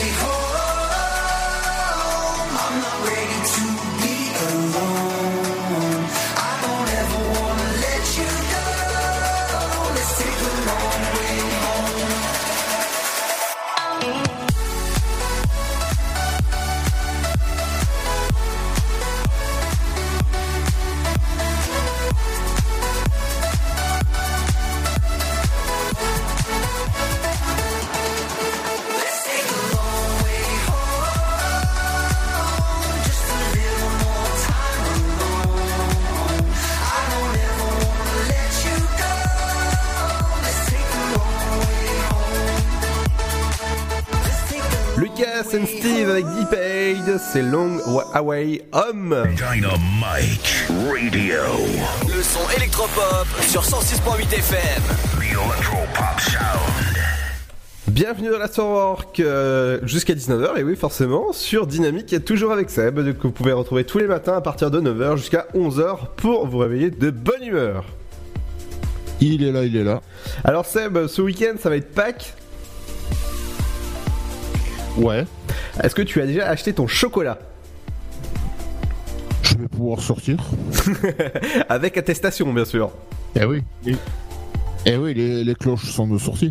home. I'm not ready to be alone. I don't ever wanna let you go. Let's take a long way home. Let you go. and Steve avec D-Paid, c'est Long Away Home. Dynamite Radio. Le son électropop sur 106.8 FM. The Electropop Sound. Bienvenue dans l'Afterwork jusqu'à 19h, et oui forcément sur Dynamique, toujours avec Seb, que vous pouvez retrouver tous les matins à partir de 9h jusqu'à 11h pour vous réveiller de bonne humeur. Il est là. Alors Seb, ce week-end ça va être Pâques. Ouais. Est-ce que tu as déjà acheté ton chocolat? Je vais pouvoir sortir. Avec attestation bien sûr. Eh oui. Eh oui, les cloches sont de sortie.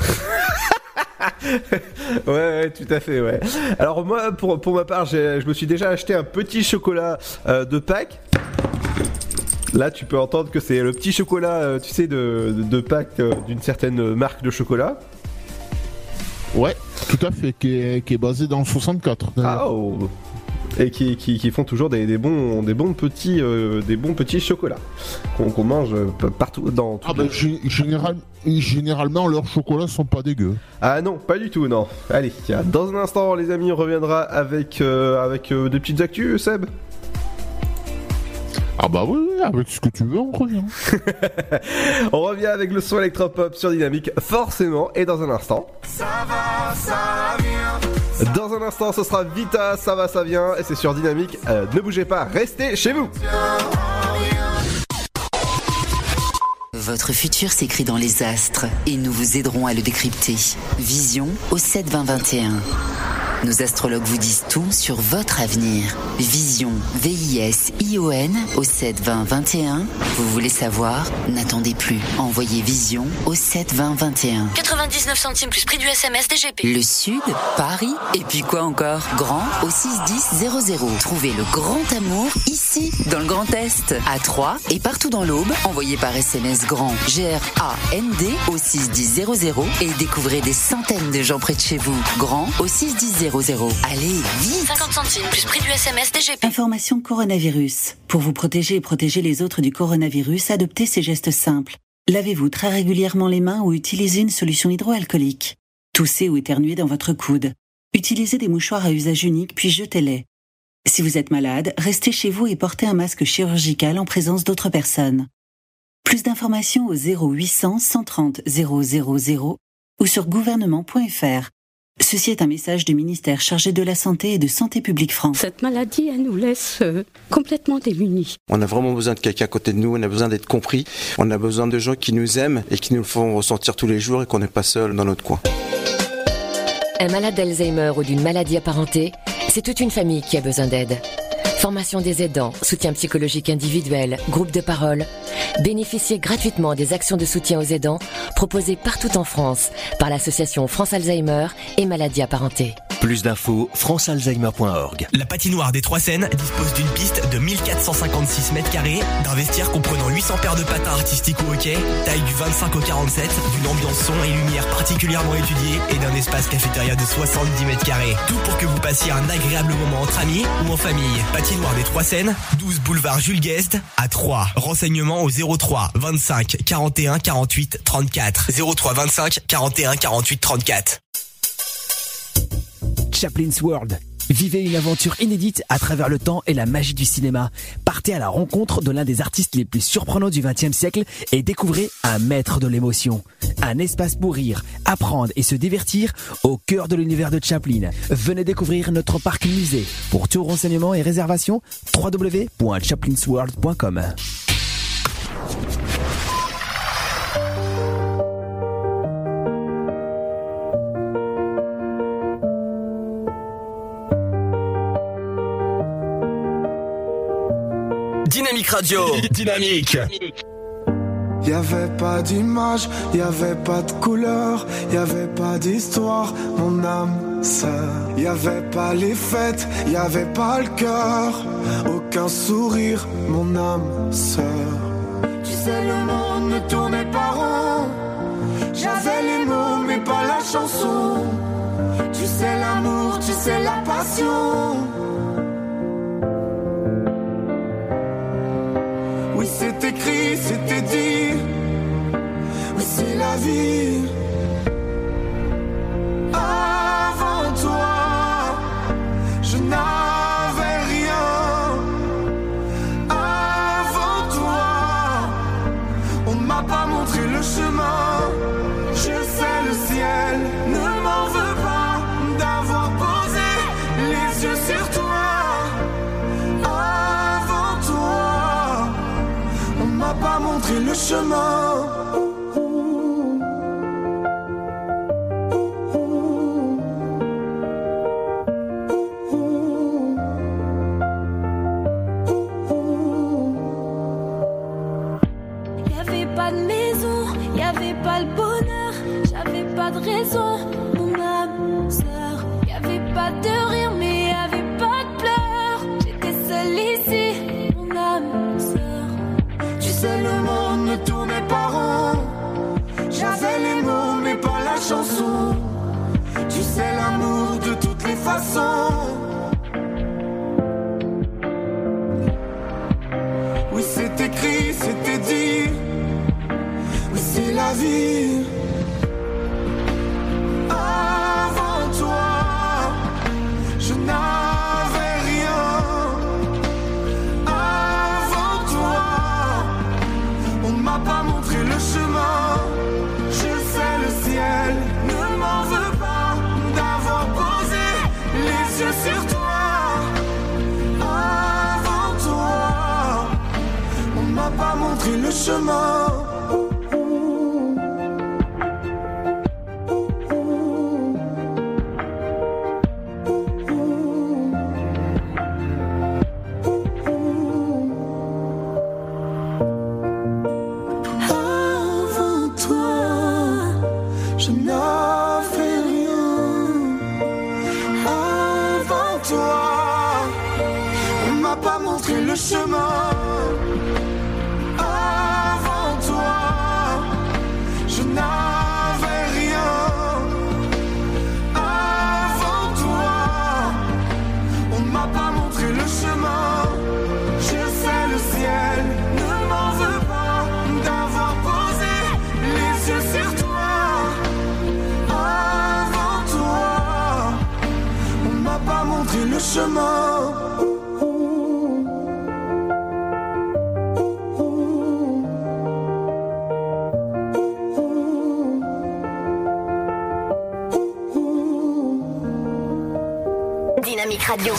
Ouais, tout à fait, ouais. Alors moi, pour ma part, je me suis déjà acheté un petit chocolat de Pâques. Là, tu peux entendre que c'est le petit chocolat, tu sais, de Pâques d'une certaine marque de chocolat. Ouais, tout à fait, qui est basé dans le 64. Ah oh. Et qui font toujours des bons petits chocolats qu'on mange partout dans. Ah bah généralement leurs chocolats sont pas dégueux. Ah non, pas du tout, non. Allez, dans un instant les amis, on reviendra avec des petites actus, Seb. Ah bah oui, avec ce que tu veux, on revient. On revient avec le son électropop sur Dynamique, forcément, et dans un instant. Ça va, ça vient. Dans un instant, ce sera Vita, ça va, ça vient, et c'est sur Dynamique. Ne bougez pas, restez chez vous. Votre futur s'écrit dans les astres, et nous vous aiderons à le décrypter. Vision au 7-20-21. Nos astrologues vous disent tout sur votre avenir. Vision, V-I-S-I-O-N au 7-20-21. Vous voulez savoir? N'attendez plus. Envoyez Vision au 7-20-21. 99 centimes plus prix du SMS DGP. Le Sud, Paris, et puis quoi encore? Grand au 61000. Trouvez le grand amour ici, dans le Grand Est, à Troyes et partout dans l'Aube. Envoyez par SMS grand G-R-A-N-D au 61000 et découvrez des centaines de gens près de chez vous. Grand au 61000. Allez, vite! 50 centimes plus prix du SMS DGP. Information coronavirus. Pour vous protéger et protéger les autres du coronavirus, adoptez ces gestes simples. Lavez-vous très régulièrement les mains ou utilisez une solution hydroalcoolique. Toussez ou éternuez dans votre coude. Utilisez des mouchoirs à usage unique puis jetez-les. Si vous êtes malade, restez chez vous et portez un masque chirurgical en présence d'autres personnes. Plus d'informations au 0800 130 000 ou sur gouvernement.fr. Ceci est un message du ministère chargé de la Santé et de Santé publique France. Cette maladie, elle nous laisse complètement démunis. On a vraiment besoin de quelqu'un à côté de nous, on a besoin d'être compris, on a besoin de gens qui nous aiment et qui nous le font ressentir tous les jours et qu'on n'est pas seul dans notre coin. Un malade d'Alzheimer ou d'une maladie apparentée, c'est toute une famille qui a besoin d'aide. Formation des aidants, soutien psychologique individuel, groupe de parole. Bénéficiez gratuitement des actions de soutien aux aidants proposées partout en France par l'association France Alzheimer et maladies apparentées. Plus d'infos, francealzheimer.org. La patinoire des Trois Seines dispose d'une piste de 1456 mètres carrés, d'un vestiaire comprenant 800 paires de patins artistiques au hockey, taille du 25 au 47, d'une ambiance son et lumière particulièrement étudiée et d'un espace cafétéria de 70 mètres carrés. Tout pour que vous passiez un agréable moment entre amis ou en famille. Patinoire des Trois Seines, 12 boulevard Jules Guest à Troyes. Renseignements au 03 25 41 48 34. 03 25 41 48 34. Chaplin's World. Vivez une aventure inédite à travers le temps et la magie du cinéma. Partez à la rencontre de l'un des artistes les plus surprenants du XXe siècle et découvrez un maître de l'émotion. Un espace pour rire, apprendre et se divertir au cœur de l'univers de Chaplin. Venez découvrir notre parc musée. Pour tout renseignement et réservation, www.chaplinsworld.com. Dynamique Radio. Dynamique. Y'avait pas d'image, y'avait pas de couleur, y'avait pas d'histoire, mon âme sœur. Y'avait pas les fêtes, y'avait pas le cœur, aucun sourire, mon âme sœur. Tu sais le monde ne tournait pas rond, j'avais les mots mais pas la chanson. Tu sais l'amour, tu sais la passion. Oui, c'est écrit, c'était dit. Oui, c'est la vie. Avant toi, le chemin. Y'avait pas de maison, y'avait pas le bonheur, j'avais pas de raison, mon âme sœur. Y'avait pas de rire, mais y'avait pas de pleurs. J'étais seule ici, mon âme sœur. Tu sais, le monde ne tournait pas rond. J'avais les mots, mais pas la chanson. Tu sais, l'amour de toutes les façons. Oui, c'est écrit, c'était dit. Oui, c'est la vie. Avant toi, je n'avais rien. Avant toi, on ne m'a pas montré le chemin. Je sais, le ciel ne m'en veut pas d'avoir posé les yeux sur toi. Avant toi, on ne m'a pas montré le chemin. Avant toi, je n'avais rien. Avant toi, on m'a pas montré le chemin. Avant toi, je n'avais rien. Avant toi, on m'a pas montré le chemin. Je sais, le ciel ne m'en veut pas d'avoir posé les yeux sur toi. Avant toi, on m'a pas montré le chemin. Dynamique Radio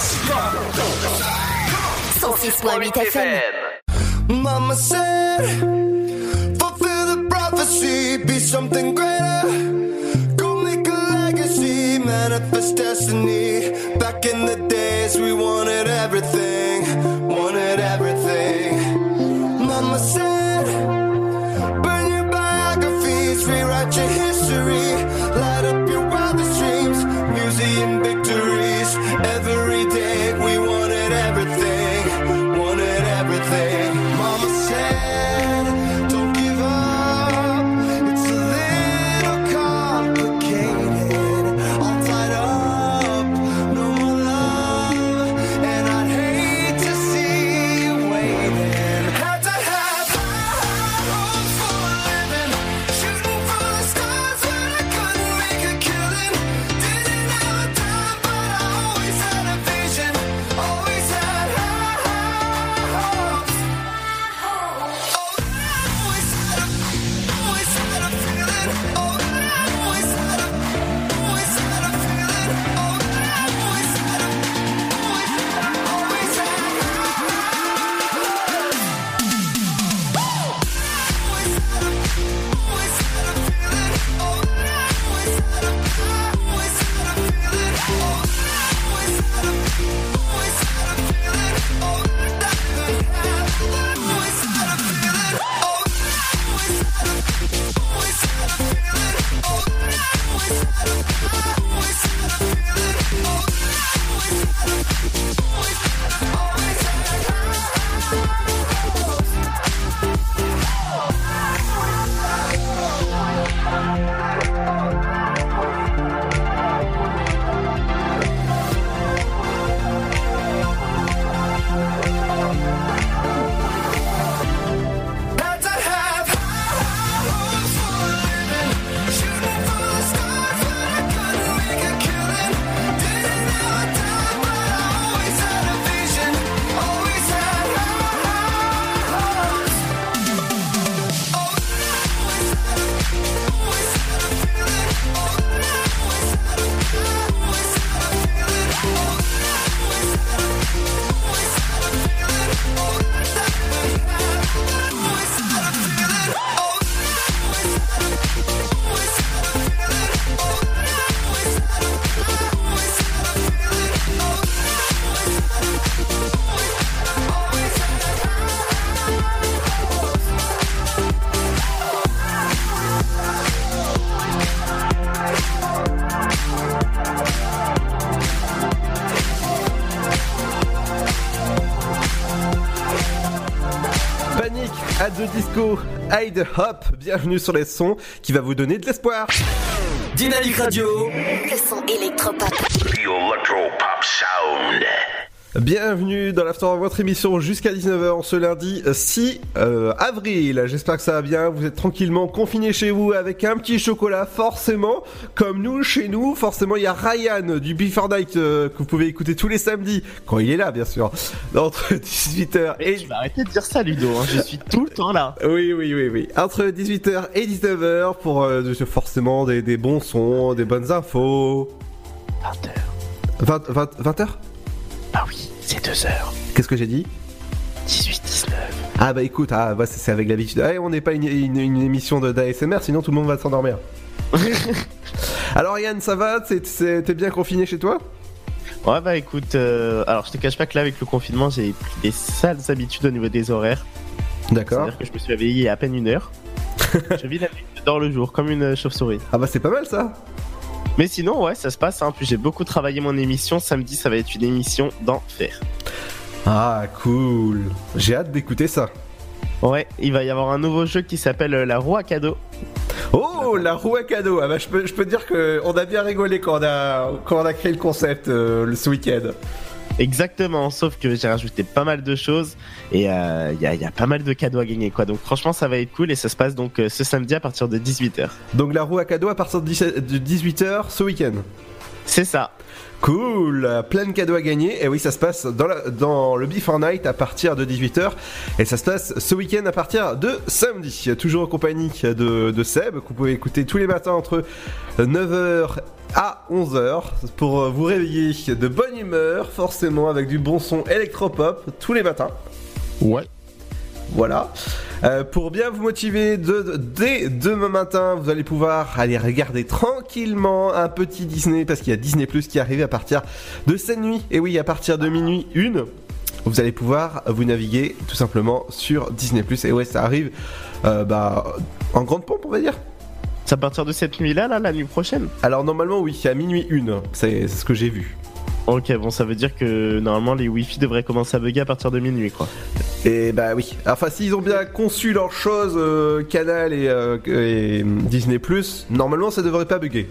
106.8 FM. Mama said, fulfill the prophecy, be something greater. Go make a legacy, manifest destiny. Back in the days, we wanted everything, wanted everything. Mama said, burn your biographies, rewrite your history, light up your wildest dreams, museum victories. Every day, we wanted everything, wanted everything. Mama said, don't give up, it's a little complicated. All tied up, no more love, and I'd hate to see you waiting. Had to have high hopes for a living, shooting for the stars. At the Disco, Hide Hop, bienvenue sur les sons qui va vous donner de l'espoir. Dynamique Radio. Le son électropop. The Electropop Sound. Bienvenue dans l'After, votre émission jusqu'à 19h ce lundi 6 avril. J'espère que ça va bien, vous êtes tranquillement confinés chez vous avec un petit chocolat forcément, comme nous chez nous. Forcément il y a Ryan du Before Night que vous pouvez écouter tous les samedis, quand il est là bien sûr, entre 18h et... Tu vas arrêter de dire ça Ludo, hein. Je suis tout le temps là. Oui. Entre 18h et 19h pour forcément des bons sons, des bonnes infos. 20h. 20h Ah oui, c'est 2h. Qu'est-ce que j'ai dit? 18-19. Ah bah écoute, c'est avec l'habitude. On n'est pas une émission d'ASMR, sinon tout le monde va s'endormir. Alors Yann, ça va? T'es bien confiné chez toi? Ouais bah écoute, alors je te cache pas que là avec le confinement j'ai pris des sales habitudes au niveau des horaires. D'accord. C'est-à-dire que je me suis réveillé il y a à peine 1 heure. Je vis la nuit, je dors le jour, comme une chauve-souris. Ah bah c'est pas mal ça. Mais sinon ouais ça se passe, hein. Puis j'ai beaucoup travaillé mon émission, samedi ça va être une émission d'enfer. Ah cool, j'ai hâte d'écouter ça. Ouais, il va y avoir un nouveau jeu qui s'appelle la roue à cadeaux. Oh, la roue à cadeaux. Ah bah je peux dire qu'on a bien rigolé quand on a créé le concept ce week-end. Exactement, sauf que j'ai rajouté pas mal de choses et il y a pas mal de cadeaux à gagner quoi. Donc franchement ça va être cool et ça se passe donc ce samedi à partir de 18h. Donc la roue à cadeaux à partir de 18h ce week-end. C'est ça. Cool, plein de cadeaux à gagner. Et oui, ça se passe dans le Before Night à partir de 18h. Et ça se passe ce week-end à partir de samedi. Toujours en compagnie de Seb, que vous pouvez écouter tous les matins entre 9h à 11h pour vous réveiller de bonne humeur, forcément avec du bon son électropop tous les matins. Ouais. Voilà. Pour bien vous motiver, dès demain matin, vous allez pouvoir aller regarder tranquillement un petit Disney, parce qu'il y a Disney Plus qui arrive à partir de cette nuit. Et oui, à partir de minuit 1, vous allez pouvoir vous naviguer tout simplement sur Disney Plus. Et ouais, ça arrive en grande pompe, on va dire. C'est à partir de cette nuit-là, la nuit prochaine? Alors normalement, oui, à minuit 1, c'est ce que j'ai vu. Ok, bon, ça veut dire que normalement les Wi-Fi devraient commencer à bugger à partir de minuit, quoi. Et bah oui. Enfin, s'ils ont bien conçu leurs choses, Canal et Disney+, normalement ça devrait pas bugger.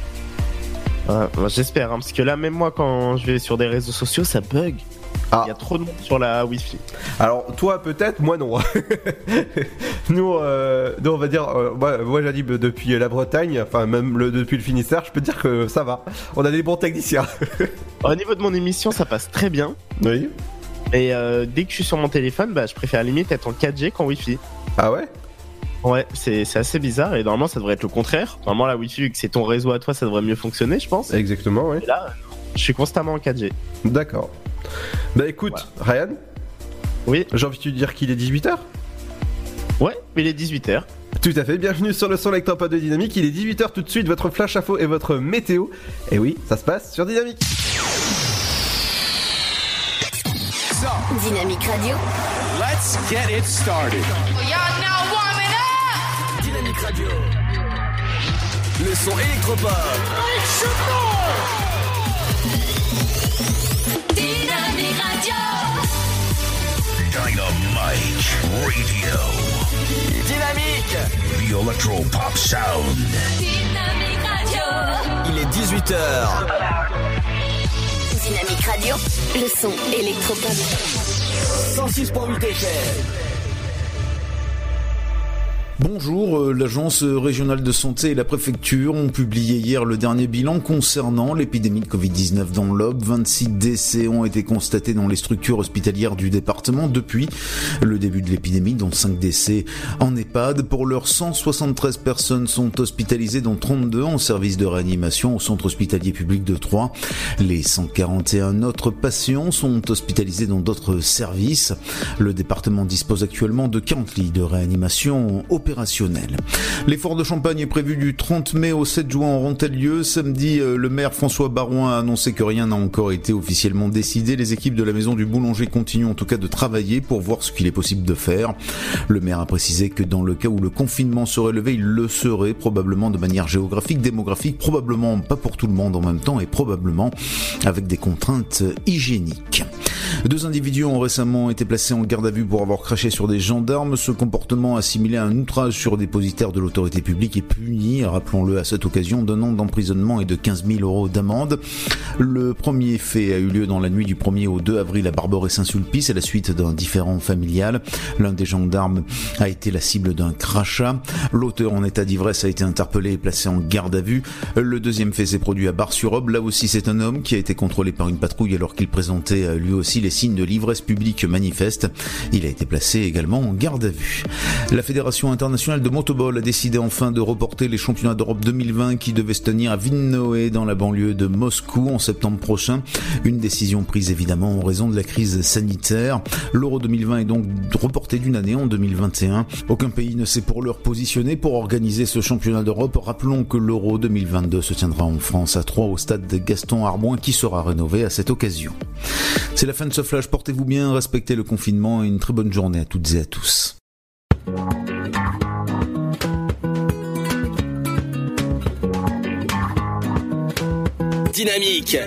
Bah, j'espère, hein, parce que là, même moi, quand je vais sur des réseaux sociaux, ça bug. Il y a trop de monde sur la Wi-Fi. Alors, toi peut-être, moi non. Nous, on va dire, moi j'anime depuis la Bretagne, enfin même depuis le Finistère, je peux te dire que ça va. On a des bons techniciens. Au niveau de mon émission, ça passe très bien. Oui. Et dès que je suis sur mon téléphone, je préfère limite être en 4G qu'en Wi-Fi. Ah ouais? Ouais, c'est assez bizarre et normalement ça devrait être le contraire. Normalement la Wi-Fi, vu que c'est ton réseau à toi, ça devrait mieux fonctionner, je pense. Exactement, oui. Et là, je suis constamment en 4G. D'accord. Bah écoute, voilà. Ryan. Oui. J'ai envie de te dire qu'il est 18h. Ouais, il est 18h. Tout à fait, bienvenue sur le son électropop de Dynamique. Il est 18h tout de suite, votre flash info et votre météo. Et oui, ça se passe sur Dynamique. Dynamique Radio. Let's get it started. Y'all now warming up. Dynamique Radio. Le son électropop. Dynamique Radio. Dynamite Radio. Dynamique. The Electropop Sound. Dynamique Radio. Il est 18h. Dynamique Radio. Le son électropop. 106.8 FM. Bonjour, l'agence régionale de santé et la préfecture ont publié hier le dernier bilan concernant l'épidémie de Covid-19 dans l'Aube. 26 décès ont été constatés dans les structures hospitalières du département depuis le début de l'épidémie, dont 5 décès en EHPAD. Pour l'heure, 173 personnes sont hospitalisées, dont 32 en service de réanimation au centre hospitalier public de Troyes. Les 141 autres patients sont hospitalisés dans d'autres services. Le département dispose actuellement de 40 lits de réanimation au opérationnel. L'effort de Champagne est prévu du 30 mai au 7 juin auront lieu. Samedi, le maire François Barouin a annoncé que rien n'a encore été officiellement décidé. Les équipes de la Maison du Boulanger continuent en tout cas de travailler pour voir ce qu'il est possible de faire. Le maire a précisé que dans le cas où le confinement serait levé, il le serait probablement de manière géographique, démographique, probablement pas pour tout le monde en même temps et probablement avec des contraintes hygiéniques. 2 individus ont récemment été placés en garde à vue pour avoir craché sur des gendarmes. Ce comportement assimilé à un outrage sur dépositaire de l'autorité publique est puni, rappelons-le à cette occasion, d'1 an d'emprisonnement et de 15 000 € d'amende. Le premier fait a eu lieu dans la nuit du 1er au 2 avril à Barberay-Saint-Sulpice à la suite d'un différend familial. L'un des gendarmes a été la cible d'un crachat. L'auteur en état d'ivresse a été interpellé et placé en garde à vue. Le deuxième fait s'est produit à Bar-sur-Aube. Là aussi, c'est un homme qui a été contrôlé par une patrouille alors qu'il présentait lui aussi les signes de l'ivresse publique manifeste. Il a été placé également en garde à vue. La Fédération internationale de motoball a décidé enfin de reporter les championnats d'Europe 2020 qui devaient se tenir à Vinnoé dans la banlieue de Moscou en septembre prochain. Une décision prise évidemment en raison de la crise sanitaire. L'Euro 2020 est donc reporté d'une année en 2021. Aucun pays ne s'est pour l'heure positionné pour organiser ce championnat d'Europe. Rappelons que l'Euro 2022 se tiendra en France à Troyes au stade de Gaston-Arboin qui sera rénové à cette occasion. C'est la fin de ce flash. Portez-vous bien, respectez le confinement et une très bonne journée à toutes et à tous. Dynamique.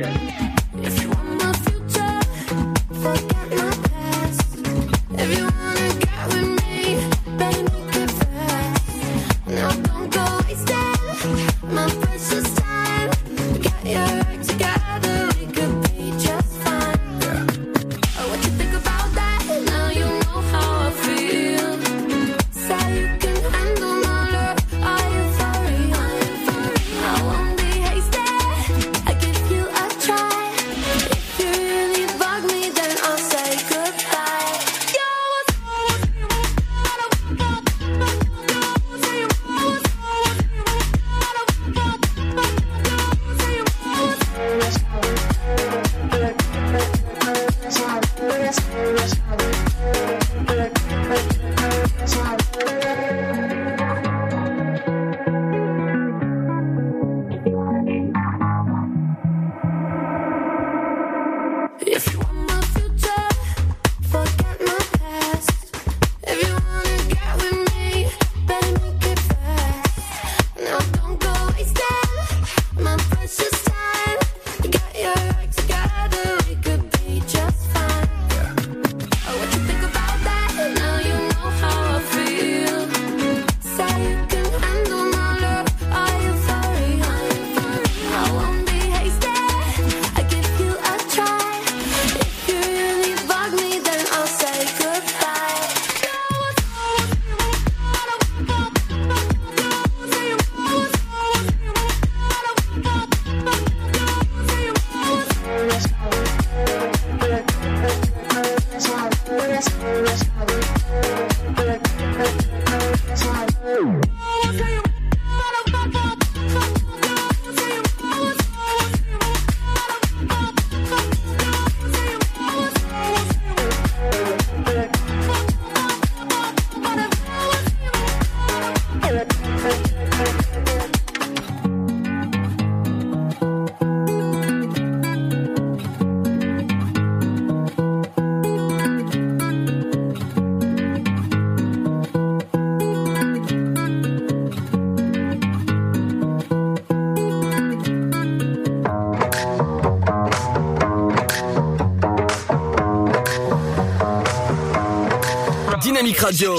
Dynamique Radio.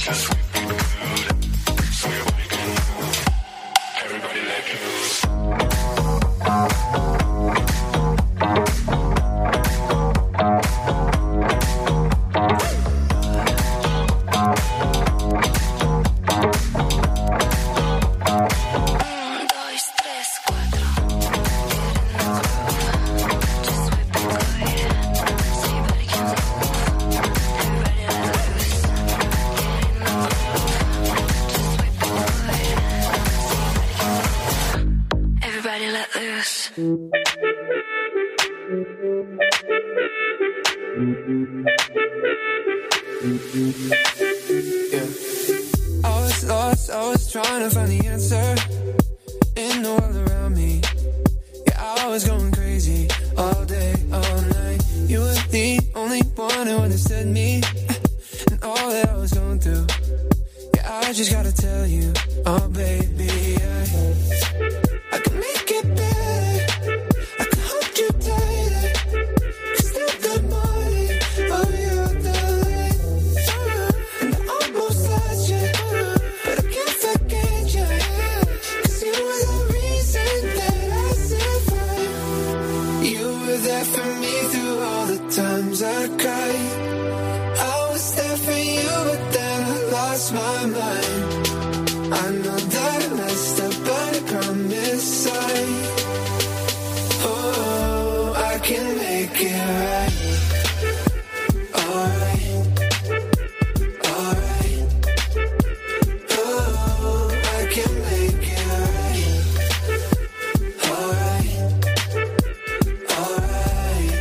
I was trying to find the answer in the world around me. Yeah, I was going crazy all day, all night. You were the only one who understood me and all that I was going through. Yeah, I just gotta tell you, oh baby, I can make it better. I can hold you tighter. 'Cause still good morning, oh you're the light. And I almost lost you, but I can't forget you. 'Cause you were the reason that I survived. You were there for me through all the times I cried. I was there for you, but then I lost my mind. I know that I messed up, but I promise I can make it right. Alright, alright. Oh, I can make it right. Alright, alright.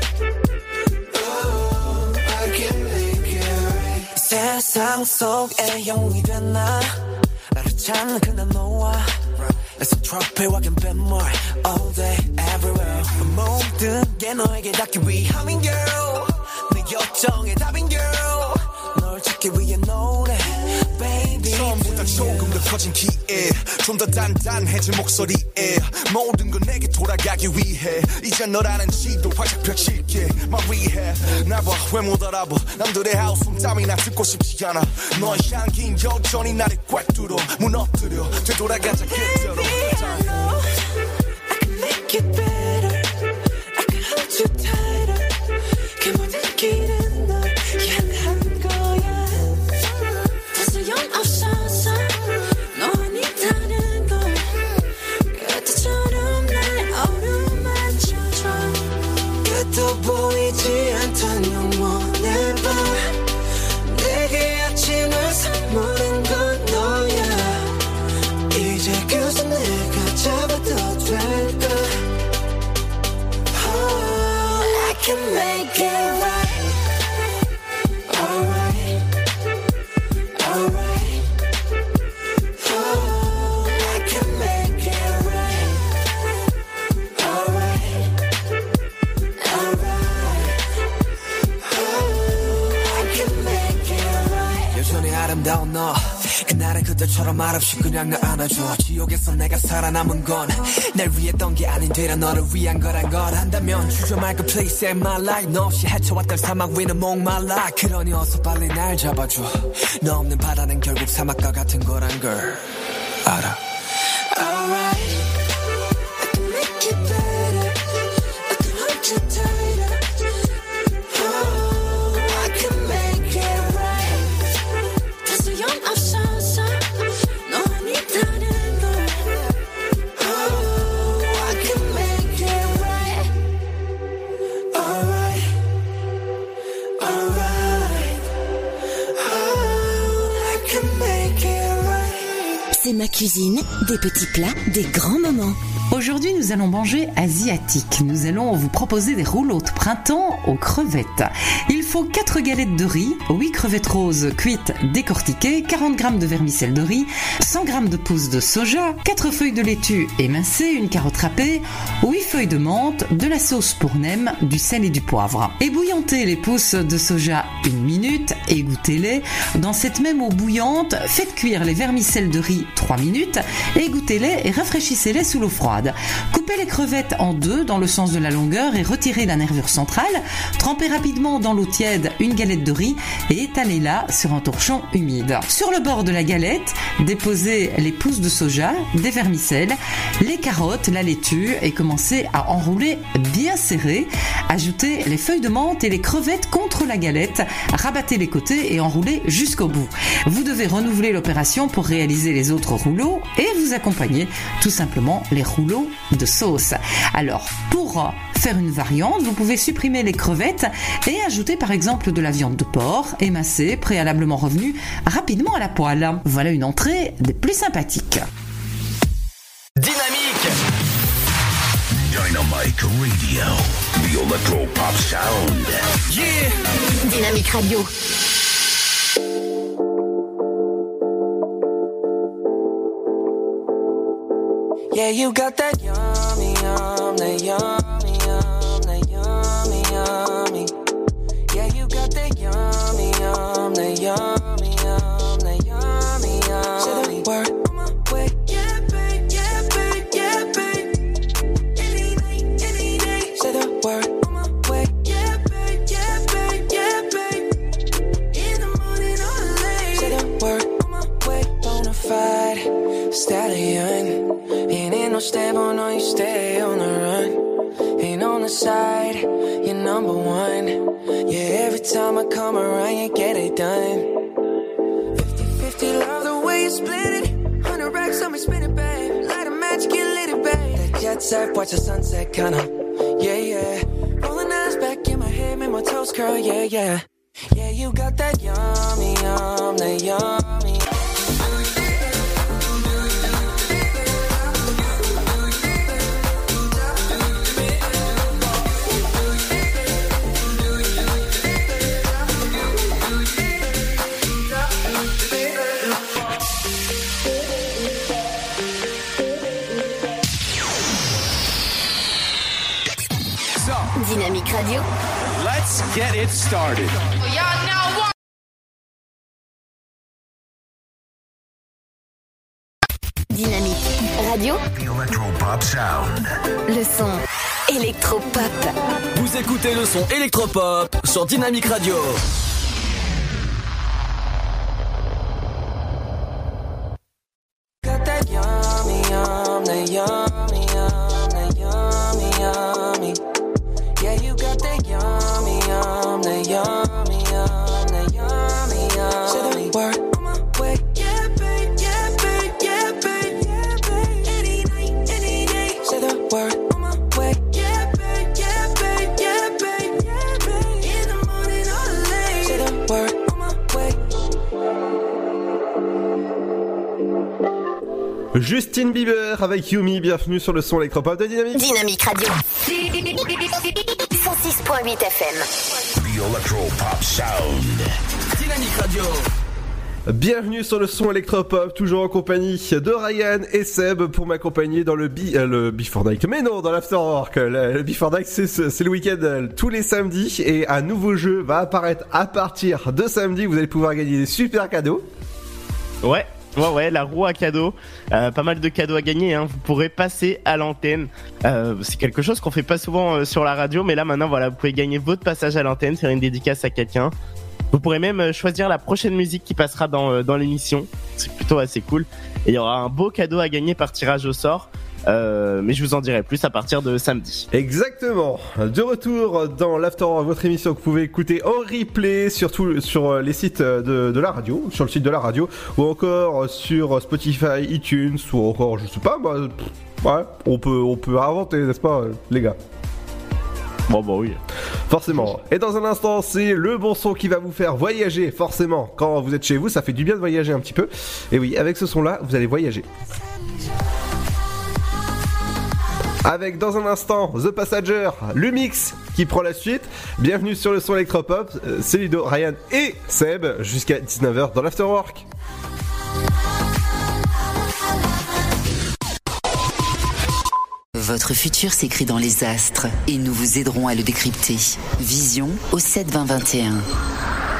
Oh, I can make it right. 세상 속에 영웅이 된 나 나를 찾는 그날 너와 It's a trophy walking bit more all day everywhere 모든 게 너에게 닿기 위함인 girl 내 요청에 답인 girl 널 찾기 위해 노래 baby 처음보다 조금 더 커진 기에 좀 더 단단해진 목소리에 모든 건 내게 돌아가기 위해 이제 너라는 지도 활짝 펼칠게 My rehab 나봐 왜 못 알아봐 남들의 하우스 땀이나 듣고 싶지 않아 너의 향긴 여전히 나를 꽉 뚫어 무너뜨려 되돌아가자 그대로 I can make it better I can hold you tighter 그 모든 길은 널 향한 거야 더 소용없어서 너 아니다는 걸 그때처럼 날 어루만져줘 끝도 보이지 않던 영원의 밤 내게 아침을 선물한 건 너야 이제 그저 내가 잡아도 될까 Oh, I can make it right Alright Alright Oh, I can make it right Alright Alright Oh, I can make it right 여전히 아름다운 너 그날은 그때처럼 말없이 그냥 날 안아줘 지옥에서 내가 살아남은 건 날 위했던 게 아닌 되려 너를 위한 거란 걸 한다면 주저 말고 please save my life 너 없이 헤쳐왔던 사막 위는 목말라 그러니 어서 빨리 날 잡아줘 너 없는 바다는 결국 사막과 같은 거란 걸 알아 Alright I can make it better I can hold you tighter Oh, I can make it right 더 소용없어서 너 아니다는 걸 Oh, I can make it right Alright Alright Oh, I can make it right C'est ma cuisine, des petits plats, des grands moments. Aujourd'hui, nous allons manger asiatique. Nous allons vous proposer des rouleaux de printemps aux crevettes. Il faut 4 galettes de riz, 8 crevettes roses cuites décortiquées, 40 g de vermicelle de riz, 100 g de pousses de soja, 4 feuilles de laitue émincées, une carotte râpée, 8 feuilles de menthe, de la sauce pour nem, du sel et du poivre. Ébouillantez les pousses de soja 1 minute, égouttez-les. Dans cette même eau bouillante, faites cuire les vermicelles de riz 3 minutes, égouttez-les et rafraîchissez-les sous l'eau froide. froide. Coupez les crevettes en deux dans le sens de la longueur et retirez la nervure centrale. Trempez rapidement dans l'eau tiède une galette de riz et étalez-la sur un torchon humide. Sur le bord de la galette, déposez les pousses de soja, des vermicelles, les carottes, la laitue et commencez à enrouler bien serré. Ajoutez les feuilles de menthe et les crevettes contre la galette. Rabattez les côtés et enroulez jusqu'au bout. Vous devez renouveler l'opération pour réaliser les autres rouleaux et vous accompagnez tout simplement les rouleaux de sauce. Alors, pour faire une variante, vous pouvez supprimer les crevettes et ajouter par exemple de la viande de porc émincée, préalablement revenue rapidement à la poêle. Voilà une entrée des plus sympathiques. Dynamique Dynamic Radio, the Electro Pop Sound. Yeah Dynamique Radio. Yeah, you got that yummy, yum, that yummy, yum, that yummy, yummy. Yeah, you got that yummy, yum, that yummy, yum, that yummy, yummy. Say the word on my way. Yeah, babe, yeah, babe, yeah, babe. Any night, any day. Say the word on my way. Yeah, babe, yeah, babe, yeah, babe. In the morning or late. Say the word on my way. Bonafide stallion. Ain't no stable, no, you stay on the run. Ain't on the side, you're number one. Yeah, every time I come around, you get it done. 50-50, love the way you split it. 100 racks on me, spin it, babe. Light a match, get lit, babe. That jet set, watch the sunset, kinda. Yeah, yeah. Rolling eyes back in my head, make my toes curl, yeah, yeah. Yeah, you got that yummy, yum, that yummy. Dynamique Radio. Let's get it started. Y'all know what? Dynamique Radio. The Electro Pop Sound. Le son électropop. Vous écoutez le son électropop sur Dynamique Radio. Got that yummy, yum, that yummy, yum, that yummy, yummy. Yeah, you got that yummy, yum, that yummy, yum, that yummy, yummy. Say the word on my way. Yeah, babe, yeah, babe, yeah, babe, yeah, babe. Any night, any day. Say the word on my way. Yeah, babe, yeah, babe, yeah, babe, yeah, babe. In the morning or late. Say the word on my way. Justin Bieber avec Yumi, bienvenue sur le son électropop de Dynamique. Dynamique Radio. 106.8 FM. The Electro Pop Sound. Dynamique Radio. Bienvenue sur le son électropop, toujours en compagnie de Ryan et Seb pour m'accompagner dans le Before Night. Mais non, dans l'Afterwork. Le Before Night, c'est le week-end tous les samedis et un nouveau jeu va apparaître à partir de samedi. Vous allez pouvoir gagner des super cadeaux. Ouais, la roue à cadeaux, pas mal de cadeaux à gagner, hein. Vous pourrez passer à l'antenne, c'est quelque chose qu'on fait pas souvent sur la radio, mais là maintenant voilà, vous pouvez gagner votre passage à l'antenne, faire une dédicace à quelqu'un. Vous pourrez même choisir la prochaine musique qui passera dans l'émission, c'est plutôt assez cool. Et il y aura un beau cadeau à gagner par tirage au sort. Mais je vous en dirai plus à partir de samedi. Exactement. De retour dans l'Afterwork, votre émission que vous pouvez écouter en replay sur les sites de la radio, sur le site de la radio, ou encore sur Spotify, iTunes, ou encore, je sais pas, ouais, on peut inventer, n'est-ce pas, les gars? Bon, bah oui. Forcément. Et dans un instant, c'est le bon son qui va vous faire voyager, forcément. Quand vous êtes chez vous, ça fait du bien de voyager un petit peu. Et oui, avec ce son-là, vous allez voyager. Avec dans un instant The Passenger, le mix qui prend la suite. Bienvenue sur le son électropop, c'est Ludo, Ryan et Seb jusqu'à 19h dans l'Afterwork. Votre futur s'écrit dans les astres et nous vous aiderons à le décrypter. Vision au 7-20-21.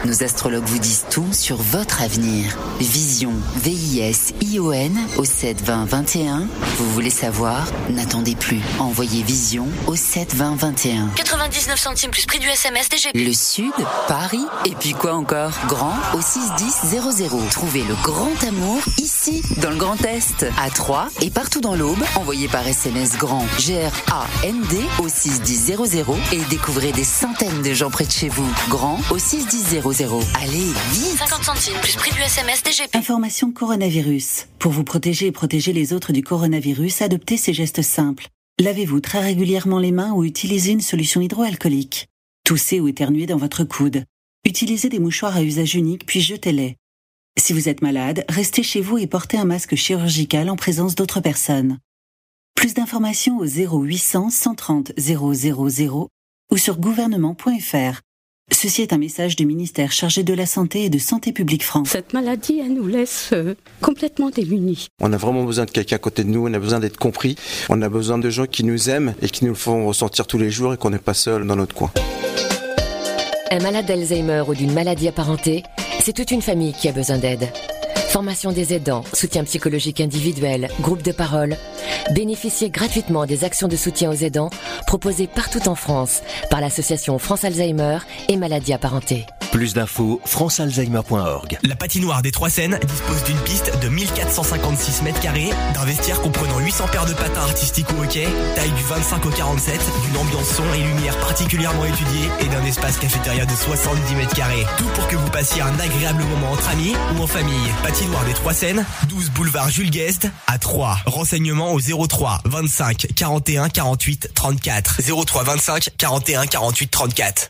Nos astrologues vous disent tout sur votre avenir. Vision, V-I-S-I-O-N au 7 20 21. Vous voulez savoir? N'attendez plus. Envoyez Vision au 7 20 21. 99 centimes plus prix du SMS DGP. Le Sud, Paris, et puis quoi encore? Grand au 6 10 00. Trouvez le grand amour ici, dans le Grand Est, à Troyes et partout dans l'Aube. Envoyez par SMS GRAND, G-R-A-N-D au 6 10 00 et découvrez des centaines de gens près de chez vous. Grand au 6 10 00. Allez, vite! 50 centimes plus prix du SMS DGP. Information coronavirus. Pour vous protéger et protéger les autres du coronavirus, adoptez ces gestes simples. Lavez-vous très régulièrement les mains ou utilisez une solution hydroalcoolique. Toussez ou éternuez dans votre coude. Utilisez des mouchoirs à usage unique puis jetez-les. Si vous êtes malade, restez chez vous et portez un masque chirurgical en présence d'autres personnes. Plus d'informations au 0800 130 000 ou sur gouvernement.fr. Ceci est un message du ministère chargé de la Santé et de Santé publique France. Cette maladie, elle nous laisse complètement démunis. On a vraiment besoin de quelqu'un à côté de nous, on a besoin d'être compris, on a besoin de gens qui nous aiment et qui nous le font ressentir tous les jours et qu'on n'est pas seul dans notre coin. Un malade d'Alzheimer ou d'une maladie apparentée, c'est toute une famille qui a besoin d'aide. Formation des aidants, soutien psychologique individuel, groupe de parole. Bénéficiez gratuitement des actions de soutien aux aidants proposées partout en France par l'association France Alzheimer et maladies apparentées. Plus d'infos, francealzheimer.org. La patinoire des Trois Seines dispose d'une piste de 1456 mètres carrés, d'un vestiaire comprenant 800 paires de patins artistiques ou hockey, taille du 25 au 47, d'une ambiance son et lumière particulièrement étudiée et d'un espace cafétéria de 70 mètres carrés. Tout pour que vous passiez un agréable moment entre amis ou en famille. Patinoire des Trois Seines, 12 boulevard Jules Guest à Troyes. Renseignements au 03 25 41 48 34. 03 25 41 48 34.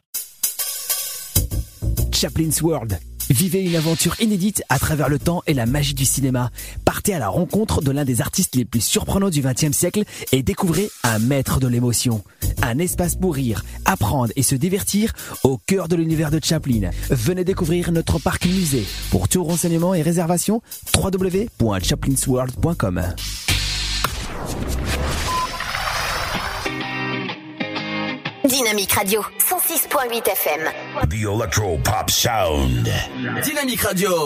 Chaplin's World. Vivez une aventure inédite à travers le temps et la magie du cinéma. Partez à la rencontre de l'un des artistes les plus surprenants du XXe siècle et découvrez un maître de l'émotion. Un espace pour rire, apprendre et se divertir au cœur de l'univers de Chaplin. Venez découvrir notre parc musée. Pour tout renseignement et réservation, www.chaplinsworld.com. Dynamique Radio, 106.8 FM. The Electro Pop Sound. Dynamique Radio.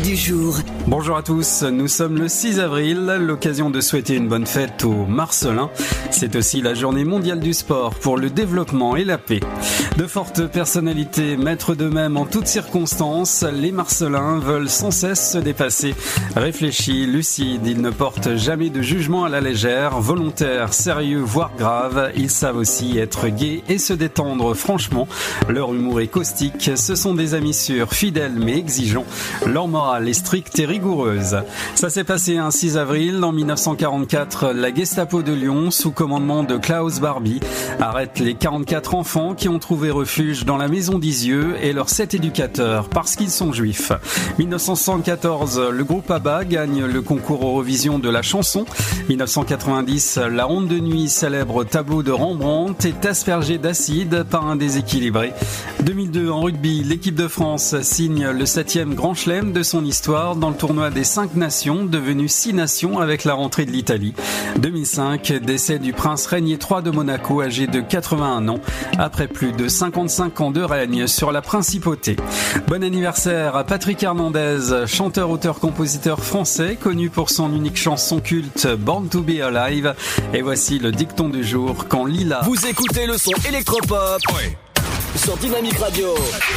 du jour. Bonjour à tous, nous sommes le 6 avril, l'occasion de souhaiter une bonne fête aux Marcelins. C'est aussi la journée mondiale du sport pour le développement et la paix. De fortes personnalités, maîtres d'eux-mêmes en toutes circonstances, les Marcelins veulent sans cesse se dépasser. Réfléchis, lucides, ils ne portent jamais de jugement à la légère, volontaires, sérieux, voire graves. Ils savent aussi être gais et se détendre franchement. Leur humour est caustique, ce sont des amis sûrs, fidèles mais exigeants. Leur morale est stricte et rigoureuse. Ça s'est passé un 6 avril. En 1944, la Gestapo de Lyon, sous commandement de Klaus Barbie, arrête les 44 enfants qui ont trouvé refuge dans la maison d'Isieux et leurs 7 éducateurs parce qu'ils sont juifs. 1974, le groupe ABBA gagne le concours Eurovision de la chanson. 1990, la Honte de nuit, célèbre tableau de Rembrandt, est aspergée d'acide par un déséquilibré. 2002, en rugby, l'équipe de France signe le 7e grand chelem de son histoire dans le tournoi des 5 nations, devenu 6 nations avec la rentrée de l'Italie. 2005, décès du prince Régnier III de Monaco, âgé de 81 ans, après plus de 55 ans de règne sur la principauté. Bon anniversaire à Patrick Hernandez, chanteur, auteur, compositeur français, connu pour son unique chanson culte Born to be Alive. Et voici le dicton du jour quand Lila... Vous écoutez le son électropop sur Dynamique Radio.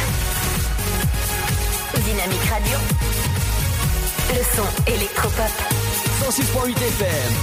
Dynamique Radio. Le son électropop. 106.8 FM.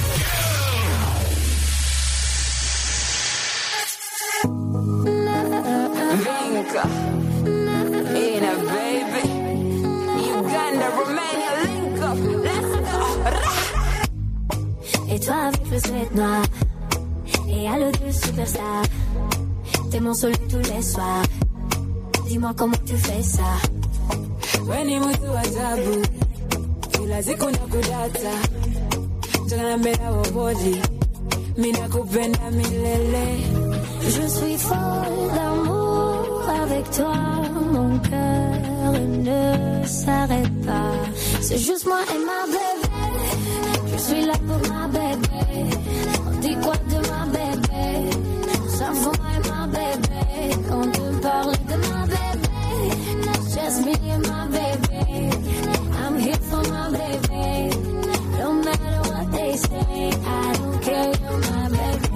Vinca, Ina baby, Uganda, Romania, link up, let's go. Et toi avec le sweat noir et à l'eau de superstar, t'es mon soleil tous les soirs. Dis-moi comment tu fais ça. Weni mtu ajabu, kila siku nakudata, jana mbele wa body, mina kupenda milele. Je suis folle d'amour avec toi, mon cœur ne s'arrête pas. C'est juste moi et ma bébé, je suis là pour ma bébé. On dit quoi de ma bébé? Ça vaut moi et ma bébé. Quand tu parles de ma bébé, just me and my baby. I'm here for my baby. No matter what they say, I don't care, you're my baby.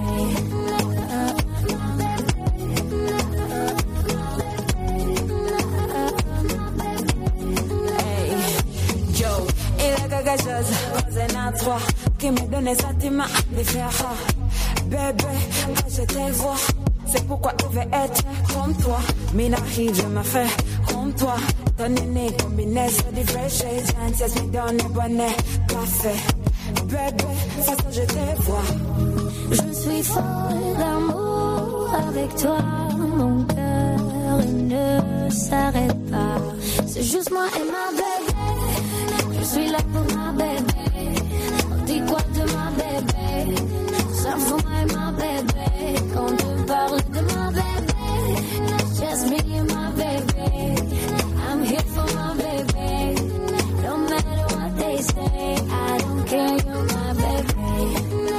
Quelque chose, cause à toi, qui me donne des sentiments différents. Bébé, quand je te vois, c'est pourquoi je veux être comme toi. Mina arrive, je me fais comme toi. Ton nez combinaison de fraîches, j'enseigne me donne le bonnet café. Bébé, façon je te vois. Je suis folle d'amour avec toi, mon cœur ne s'arrête pas. C'est juste moi et ma bébé. Je suis là pour ma bébé. On dit quoi de ma bébé? Ça vaut moi et ma bébé. Quand tu parles de ma bébé, just me and my baby. I'm here for my baby. No matter what they say, I don't care, you're my baby.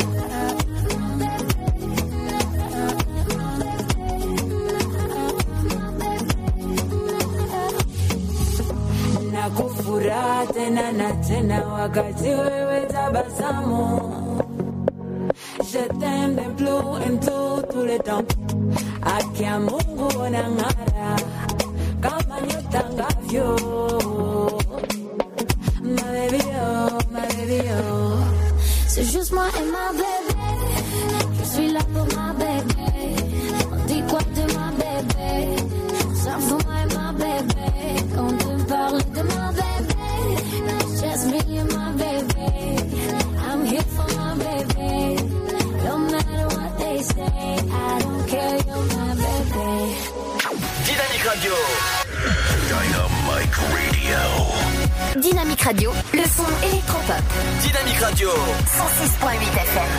Nakufura tena na tena wakati wewe tabasamu. Je t'aime de plus en tout le temps. Akia Mungu onangara kama nyota ngavyo. Ma baby oh, ma baby oh. C'est juste moi et ma bébé. Je suis là pour ma bébé. On dit quoi de ma bébé? Ça vaut moi et ma bébé. Quand tu parles de ma bébé, just me and my baby. I'm here for my baby. No matter what they say, I don't care, you're my baby. Dynamique Radio. Dynamique Radio. Dynamique Radio, le son électropop. Dynamique Radio. 106.8 FM.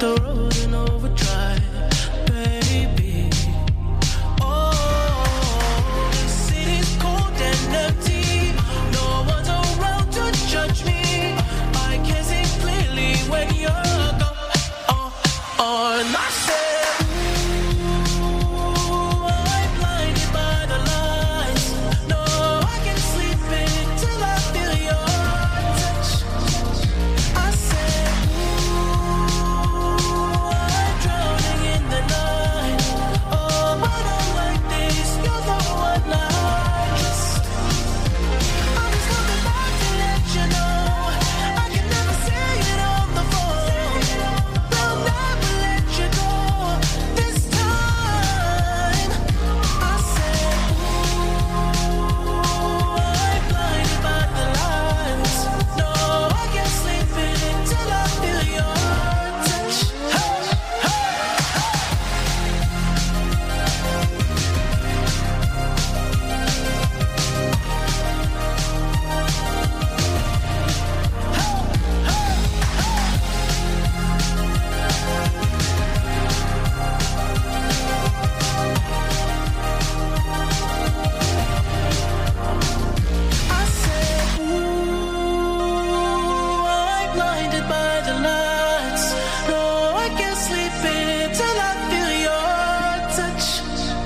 the road in overdrive, baby. Oh, the city's cold and empty. No one's around to judge me. I can see clearly when you're gone. And I said, ooh, I'm blinded by the lights. No, I can't sleep until I feel your touch. I said, ooh, I'm drowning in the night. Oh, but I'm like this, you're the one I trust. I'm just coming back to let you know I can never say it on the phone. They'll never let you go this time. I said, ooh, I'm blinded by the lights. No, I can't sleep until I feel your touch. Hey, hey, I said, ooh, I'm blinded by the lights. No, I can't sleep until I feel your touch.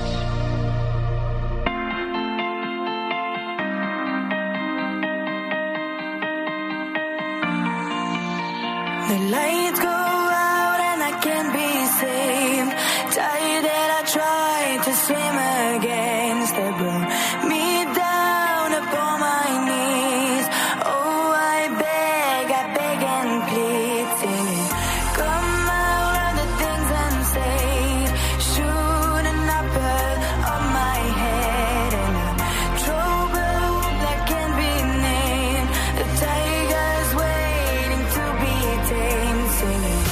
The lights go out and I can't be saved. Tired that I tried to swim against. They brought me down upon my knees. Oh, I beg and plead, singing, come out of the things unsaid. Shooting up on my head and I'm trouble that can't be named. The tiger's waiting to be tamed, singing,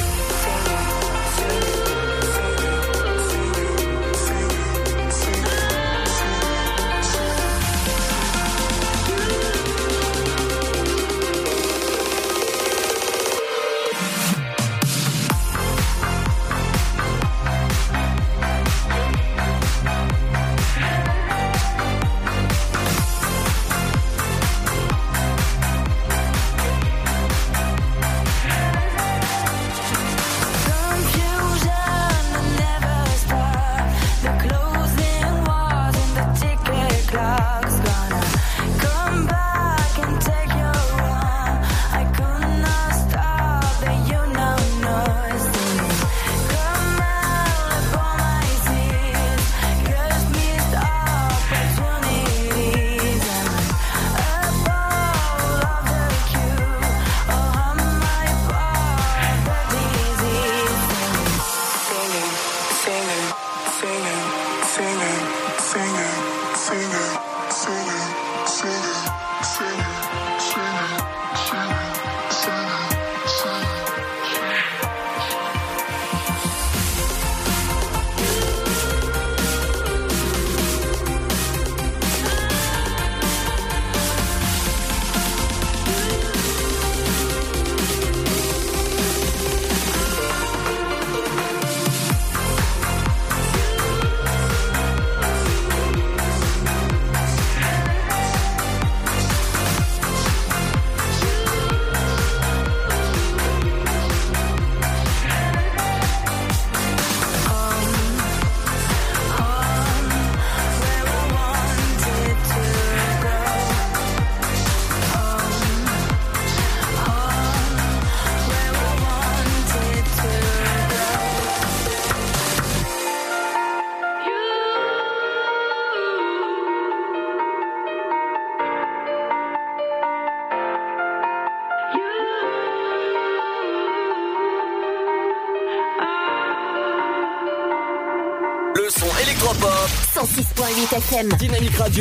Le son électropop 106.8 FM. Dynamique Radio.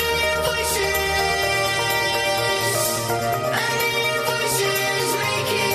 Voices making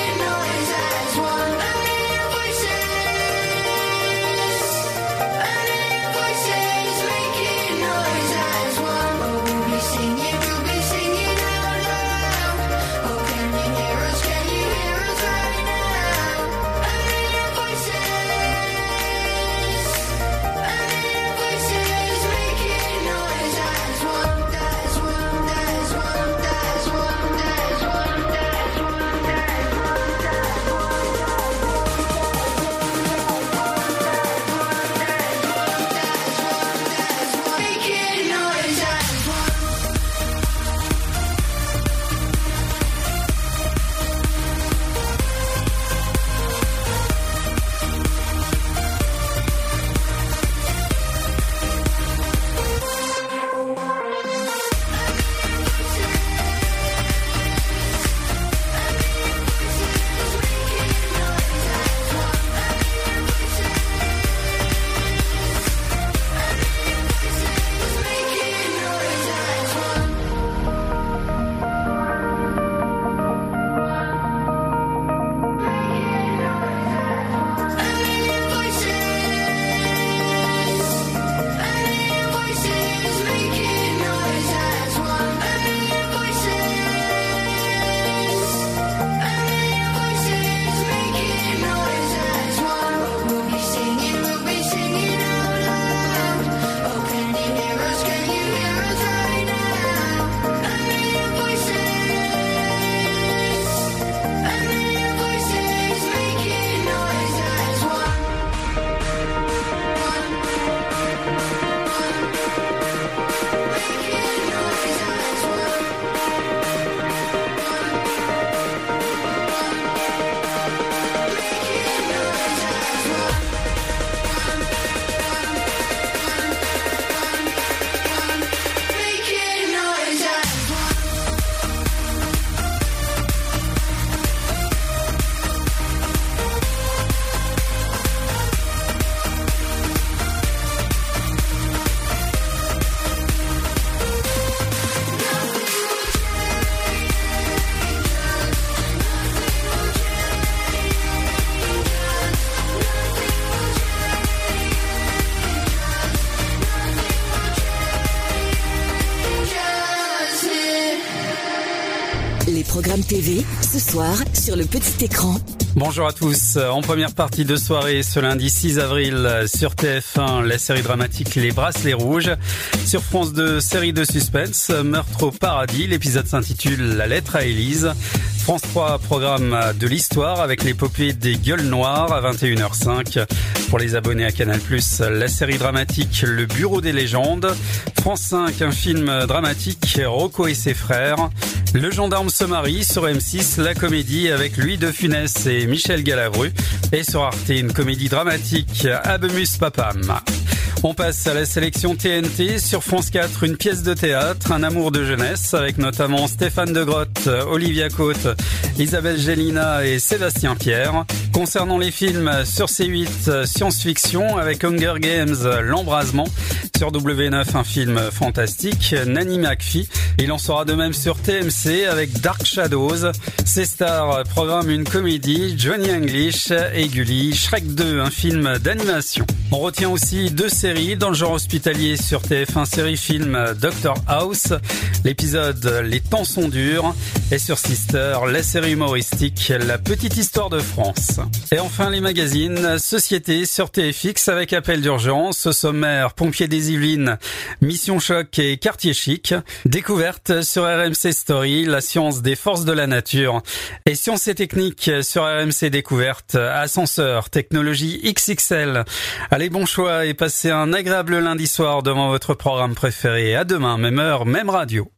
TV, ce soir, sur le petit écran. Bonjour à tous. En première partie de soirée, ce lundi 6 avril, sur TF1, la série dramatique Les Bracelets Rouges. Sur France 2, série de suspense, Meurtre au paradis. L'épisode s'intitule La lettre à Élise. France 3, programme de l'histoire avec l'épopée des Gueules Noires à 21h05. Pour les abonnés à Canal+, la série dramatique Le Bureau des légendes. France 5, un film dramatique, Rocco et ses frères. Le gendarme se marie sur M6, la comédie avec Louis de Funès et Michel Galabru. Et sur Arte, une comédie dramatique, Abemus Papam. On passe à la sélection TNT. Sur France 4, une pièce de théâtre, Un amour de jeunesse, avec notamment Stéphane de Grotte, Olivia Cotte, Isabelle Gélina et Sébastien Pierre. Concernant les films, sur C8, science-fiction, avec Hunger Games, L'Embrasement. Sur W9, un film fantastique, Nanny McPhee. Il en sera de même sur TMC avec Dark Shadows. C-Star programme une comédie, Johnny English et Gulli. Shrek 2, un film d'animation. On retient aussi deux séries dans le genre hospitalier sur TF1 série-film Dr House, l'épisode Les temps sont durs, et sur Sister, la série humoristique La petite histoire de France. Et enfin les magazines, Société sur TFX avec Appel d'urgence, sommaire Pompiers des Yvelines, Mission Choc et Quartier Chic, Découverte sur RMC Story, la science des forces de la nature, et Sciences et techniques sur RMC Découverte, Ascenseur, technologie XXL. Allez, bon choix et passez un agréable lundi soir devant votre programme préféré. À demain, même heure, même radio.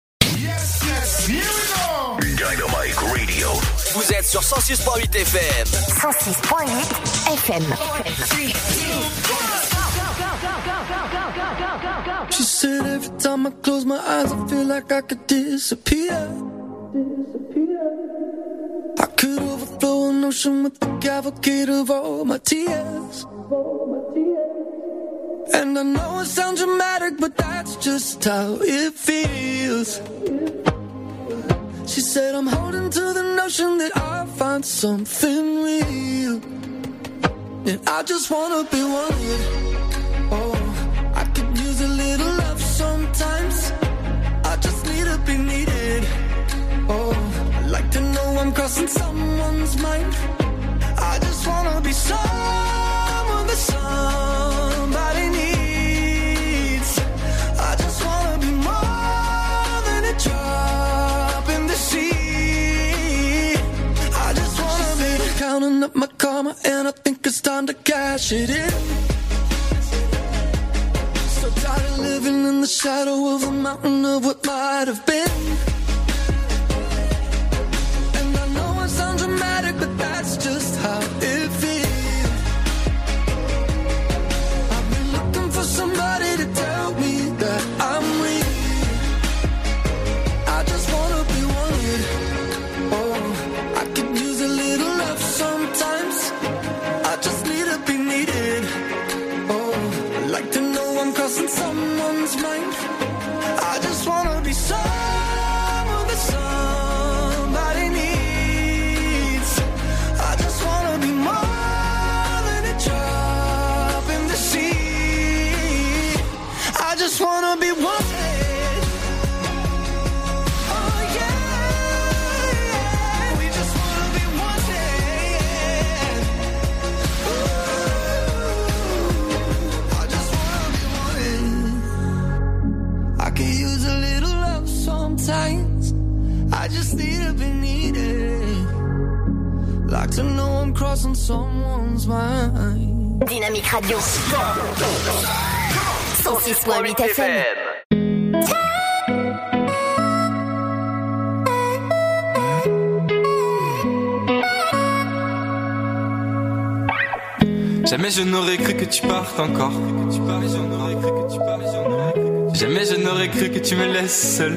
Dynamite Radio. Vous êtes sur 106.8 FM. 106.8 FM. She said every time I close my eyes I feel like I could disappear. I could overflow an ocean with the cavalcade of all my tears. And I know it sounds dramatic, but that's just how it feels. She said I'm holding to the notion that I'll find something real. And I just wanna be wanted. Oh, I could use a little love sometimes. I just need to be needed. Oh, I like to know I'm crossing someone's mind. I just wanna be someone that somebody needs. I just wanna be more than a drop in the sea. I just wanna be counting up my karma, and I think it's time to cash it in. So tired of living in the shadow of a mountain of what might have been. And I know it sounds dramatic, but that's just how it feels. I've been looking for somebody to tell me that I'm real. I just wanna be wanted. Oh, I could use a little love sometimes. I just need to be needed. Oh, I like to know I'm crossing someone's mind. I just wanna be someone that somebody needs. I just wanna be more than a drop in the sea. I just wanna be wanted. Oh yeah, yeah. We just wanna be wanted. Ooh, I just wanna be wanted. I could use a little love sometimes. I just need to be needed. Like to know I'm crossing someone's mind. Dynamique Radio. 106.8 FM. Jamais je n'aurais cru que tu partes encore. Jamais je n'aurais cru que tu me laisses seul.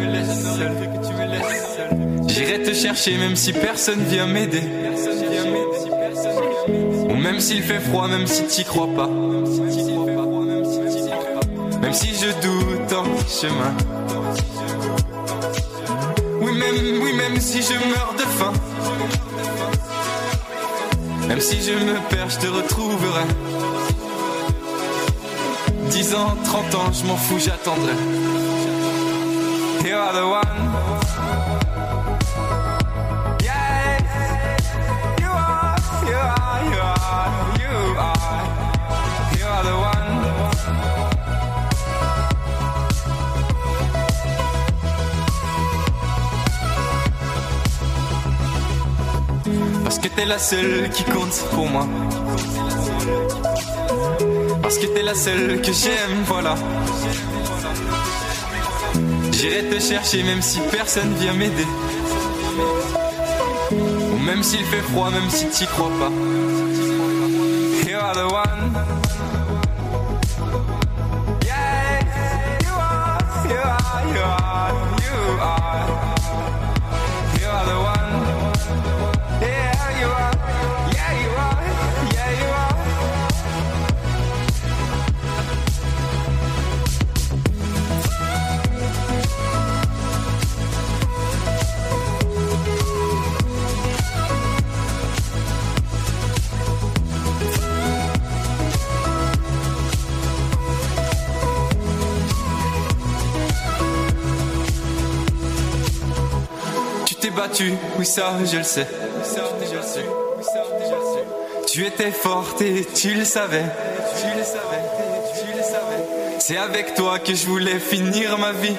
J'irai te chercher même si personne vient m'aider. Ou même s'il fait froid, même si t'y crois pas. Même si je doute en chemin. Oui même si je meurs de faim. Même si je me perds, je te retrouverai. 10 ans, 30 ans, je m'en fous, j'attendrai. You are the one. Parce que t'es la seule qui compte pour moi. Parce que t'es la seule que j'aime, voilà. J'irai te chercher même si personne vient m'aider. Ou même s'il fait froid, même si t'y crois pas. You are the one. Yeah, you are, you are, you are, you are. You are the one. Yeah, you are, yeah, you are, yeah, you are. Tu t'es battu, oui ça je le sais. Tu étais forte et tu le savais. C'est avec toi que je voulais finir ma vie.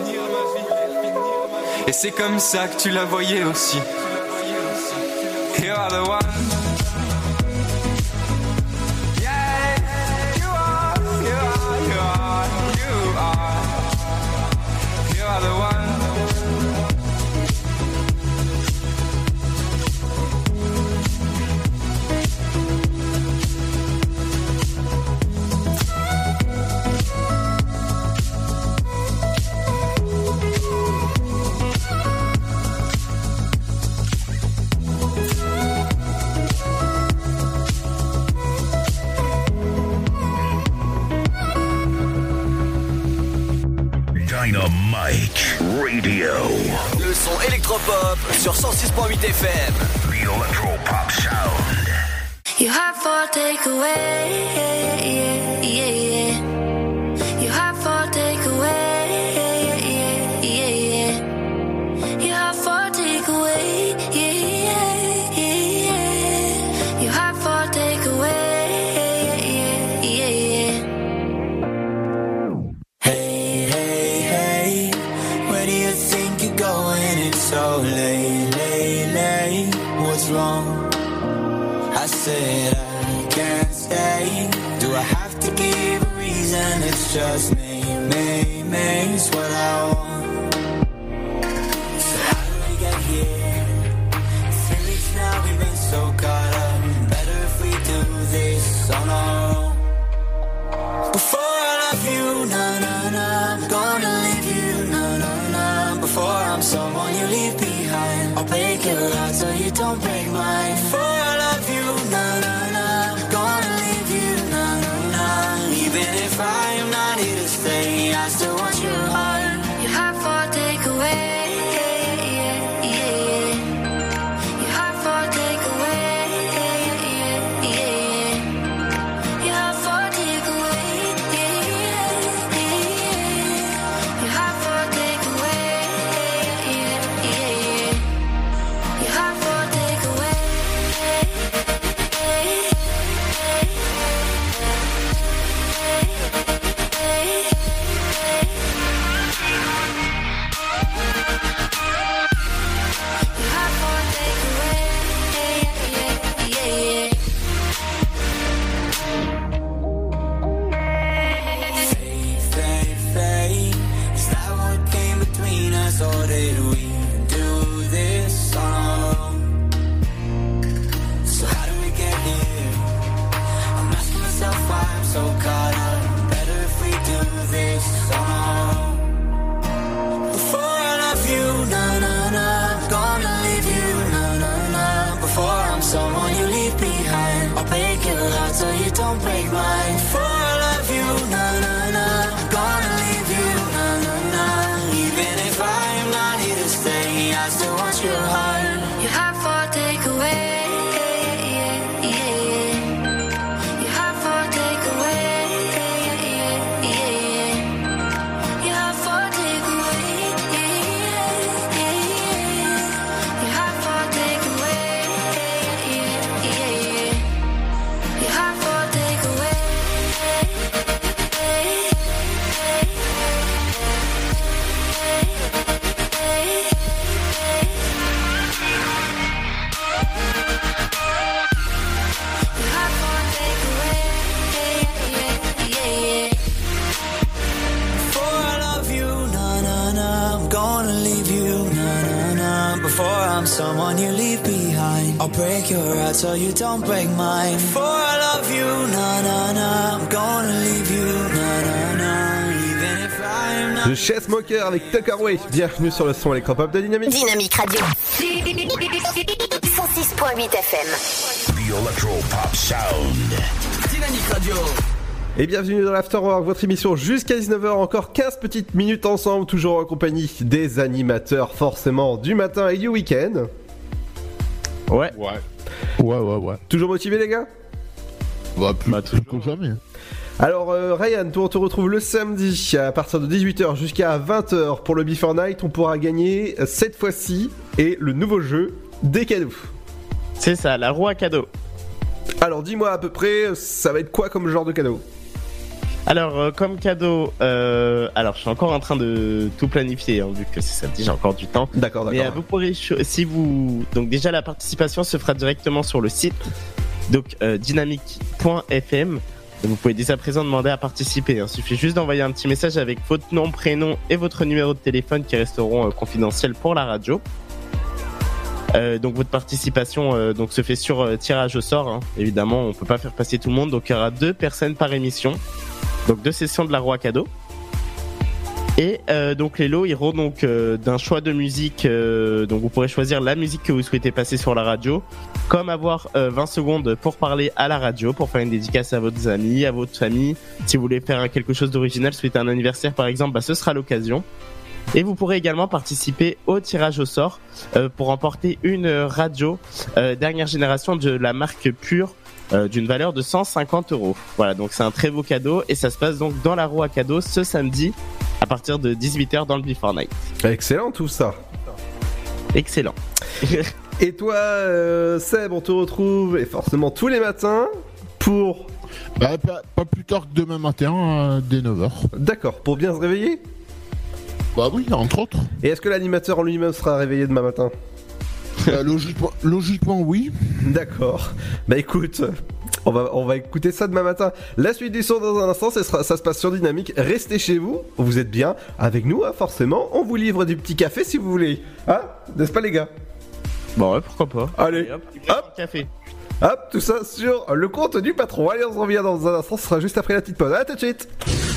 Et c'est comme ça que tu la voyais aussi. You are the one. Yeah, you are, you are, you are, you are. You are the one. Dynamite Radio. Le son électropop sur 106.8 FM. The Electropop Sound. You have for takeaway, yeah, yeah, yeah, yeah. You have for takeaway, yeah, yeah, yeah, yeah. You have for takeaway, yeah, yeah, yeah, yeah. You have for takeaway, yeah, yeah, yeah, yeah. Hey, hey, hey, where do you think you're going? It's so late, late, late. What's wrong? I said I can't stay. Do I have to give a reason? It's just me, me, me. It's what I want. So how do we get here? 3 weeks now we've been so caught up. Better if we do this on our own. Before I love you, na na na, I'm gonna leave you, na na na. Before I'm someone you leave behind, I'll break your heart so you don't break mine. Before I love you, na na na, I'm gonna leave you, na na na. Even if I am not here to stay, I still want your heart. You have for takeaway, yeah, yeah, yeah, yeah. You have for takeaway, yeah, yeah, yeah, yeah. You have for takeaway, yeah, yeah, yeah. You have for takeaway, yeah, yeah, yeah. You have for takeaway. Fade, fade. Is that what came between us, or did we do this on our own? So how do we get here? I'm asking myself why I'm so caught up. Better if we do this on our own. Before I love you, na na na, I'm gonna leave you, na na na. Before I'm someone you leave behind, I'll break your heart so you don't break mine. Before I love you, na na na, I'm gonna leave you, na na na. Even if I am not here to stay, I still want your heart. You have for takeaway, yeah, yeah, yeah. You have for takeaway, yeah, yeah, yeah. You have for takeaway, yeah, yeah, yeah. I'm someone you leave behind. I'll break your heart so you don't break mine. For I love you, na na na. I'm gonna leave you, na na na. Even if I'm not. The Chessmoker avec Tuckerway. Bienvenue sur le son électropop de Dynamique. Dynamique Radio. 106.8 FM. The Electropop Sound. Dynamique Radio. Et bienvenue dans l'Afterwork, votre émission jusqu'à 19h, encore 15 petites minutes ensemble, toujours en compagnie des animateurs forcément du matin et du week-end. Ouais. Toujours motivés les gars? Plus que jamais. Alors Ryan, toi on te retrouve le samedi à partir de 18h jusqu'à 20h pour le Before Night. On pourra gagner cette fois-ci et le nouveau jeu des cadeaux. C'est ça, la roue à cadeaux. Alors dis-moi à peu près, ça va être quoi comme genre de cadeau? Alors comme cadeau, alors je suis encore en train de tout planifier vu que c'est samedi, j'ai encore du temps. D'accord. Mais vous pourrez, si vous, donc déjà la participation se fera directement sur le site, donc dynamique.fm. Vous pouvez dès à présent demander à participer. Il suffit juste d'envoyer un petit message avec votre nom, prénom et votre numéro de téléphone qui resteront confidentiels pour la radio. Donc votre participation donc se fait sur tirage au sort. Hein. Évidemment, on peut pas faire passer tout le monde, donc il y aura 2 personnes par émission. Donc 2 sessions de la roue à cadeaux. Et donc les lots iront donc d'un choix de musique. Donc vous pourrez choisir la musique que vous souhaitez passer sur la radio, comme avoir 20 secondes pour parler à la radio, pour faire une dédicace à vos amis, à votre famille. Si vous voulez faire quelque chose d'original, souhaiter un anniversaire par exemple, ce sera l'occasion. Et vous pourrez également participer au tirage au sort pour remporter une radio dernière génération de la marque Pure d'une valeur de 150 €. Voilà, donc c'est un très beau cadeau et ça se passe donc dans la roue à cadeaux ce samedi à partir de 18h dans le Before Night. Excellent tout ça. Excellent. Et toi Seb, on te retrouve et forcément tous les matins pour... pas plus tard que demain matin dès 9h. D'accord, pour bien se réveiller? Bah oui, entre autres. Et est-ce que l'animateur en lui-même sera réveillé demain matin? Logiquement oui. D'accord. Bah écoute, on va écouter ça demain matin. La suite du son dans un instant, ça se passe sur Dynamique. Restez chez vous, vous êtes bien avec nous, hein, forcément. On vous livre du petit café si vous voulez. Hein? N'est-ce pas les gars? Bon ouais, pourquoi pas. Allez, hop, café. Hop, tout ça sur le compte du patron. Allez, on se revient dans un instant, ce sera juste après la petite pause. À tout de suite.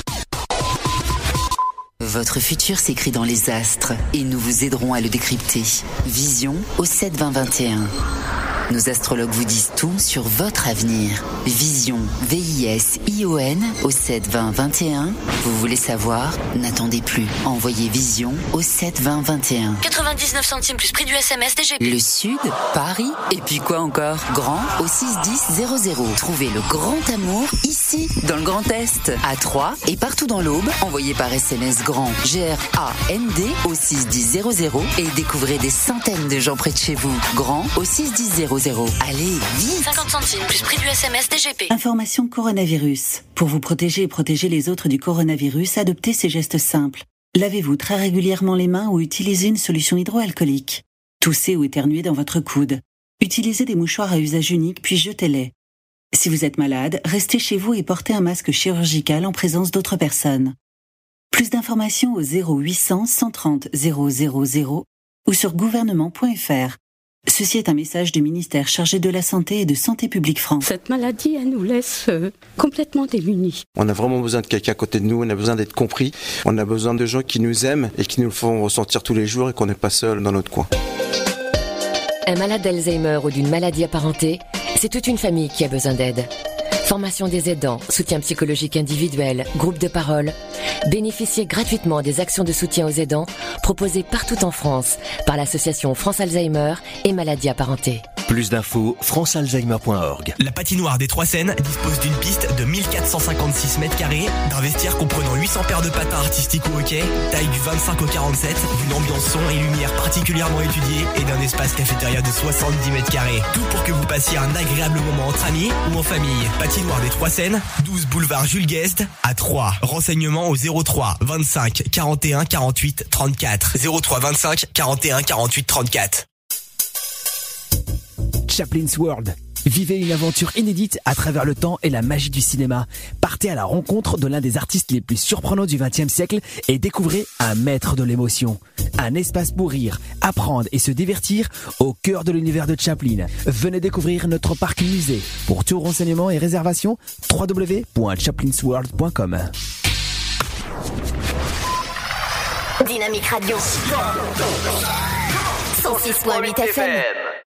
Votre futur s'écrit dans les astres et nous vous aiderons à le décrypter. Vision au 7-20-21. Nos astrologues vous disent tout sur votre avenir. Vision, V-I-S-I-O-N au 7-20-21. Vous voulez savoir? N'attendez plus. Envoyez Vision au 7-20-21. 99 centimes plus prix du SMS DGP. Le Sud, Paris, et puis quoi encore? Grand au 61000. Trouvez le grand amour ici, dans le Grand Est, à Troyes et partout dans l'Aube. Envoyez par SMS GRAND, G-R-A-N-D au 61000 et découvrez des centaines de gens près de chez vous. Grand au 61000. Allez, vite! 50 centimes plus prix du SMS DGP. Information coronavirus. Pour vous protéger et protéger les autres du coronavirus, adoptez ces gestes simples. Lavez-vous très régulièrement les mains ou utilisez une solution hydroalcoolique. Toussez ou éternuez dans votre coude. Utilisez des mouchoirs à usage unique puis jetez-les. Si vous êtes malade, restez chez vous et portez un masque chirurgical en présence d'autres personnes. Plus d'informations au 0800 130 000 ou sur gouvernement.fr. Ceci est un message du ministère chargé de la Santé et de Santé publique France. Cette maladie, elle nous laisse complètement démunis. On a vraiment besoin de quelqu'un à côté de nous, on a besoin d'être compris, on a besoin de gens qui nous aiment et qui nous le font ressentir tous les jours et qu'on n'est pas seul dans notre coin. Un malade d'Alzheimer ou d'une maladie apparentée, c'est toute une famille qui a besoin d'aide. Formation des aidants, soutien psychologique individuel, groupe de parole. Bénéficiez gratuitement des actions de soutien aux aidants proposées partout en France par l'association France Alzheimer et maladies apparentées. Plus d'infos, francealzheimer.org. La patinoire des Trois Seines dispose d'une piste de 1456 mètres carrés, d'un vestiaire comprenant 800 paires de patins artistiques ou hockey, taille du 25 au 47, d'une ambiance son et lumière particulièrement étudiée et d'un espace cafétéria de 70 mètres carrés. Tout pour que vous passiez un agréable moment entre amis ou en famille. Patinoire des Trois Seines, 12 boulevard Jules Guest à Troyes. Renseignements au 03 25 41 48 34. 03 25 41 48 34. Chaplin's World, Vivez une aventure inédite à travers le temps et la magie du cinéma. Partez à la rencontre de l'un des artistes les plus surprenants du XXe siècle et découvrez un maître de l'émotion. Un espace pour rire, apprendre et se divertir au cœur de l'univers de Chaplin. Venez découvrir notre parc musée. Pour tout renseignement et réservation, www.chaplinsworld.com. Dynamique Radio 106.8 FM.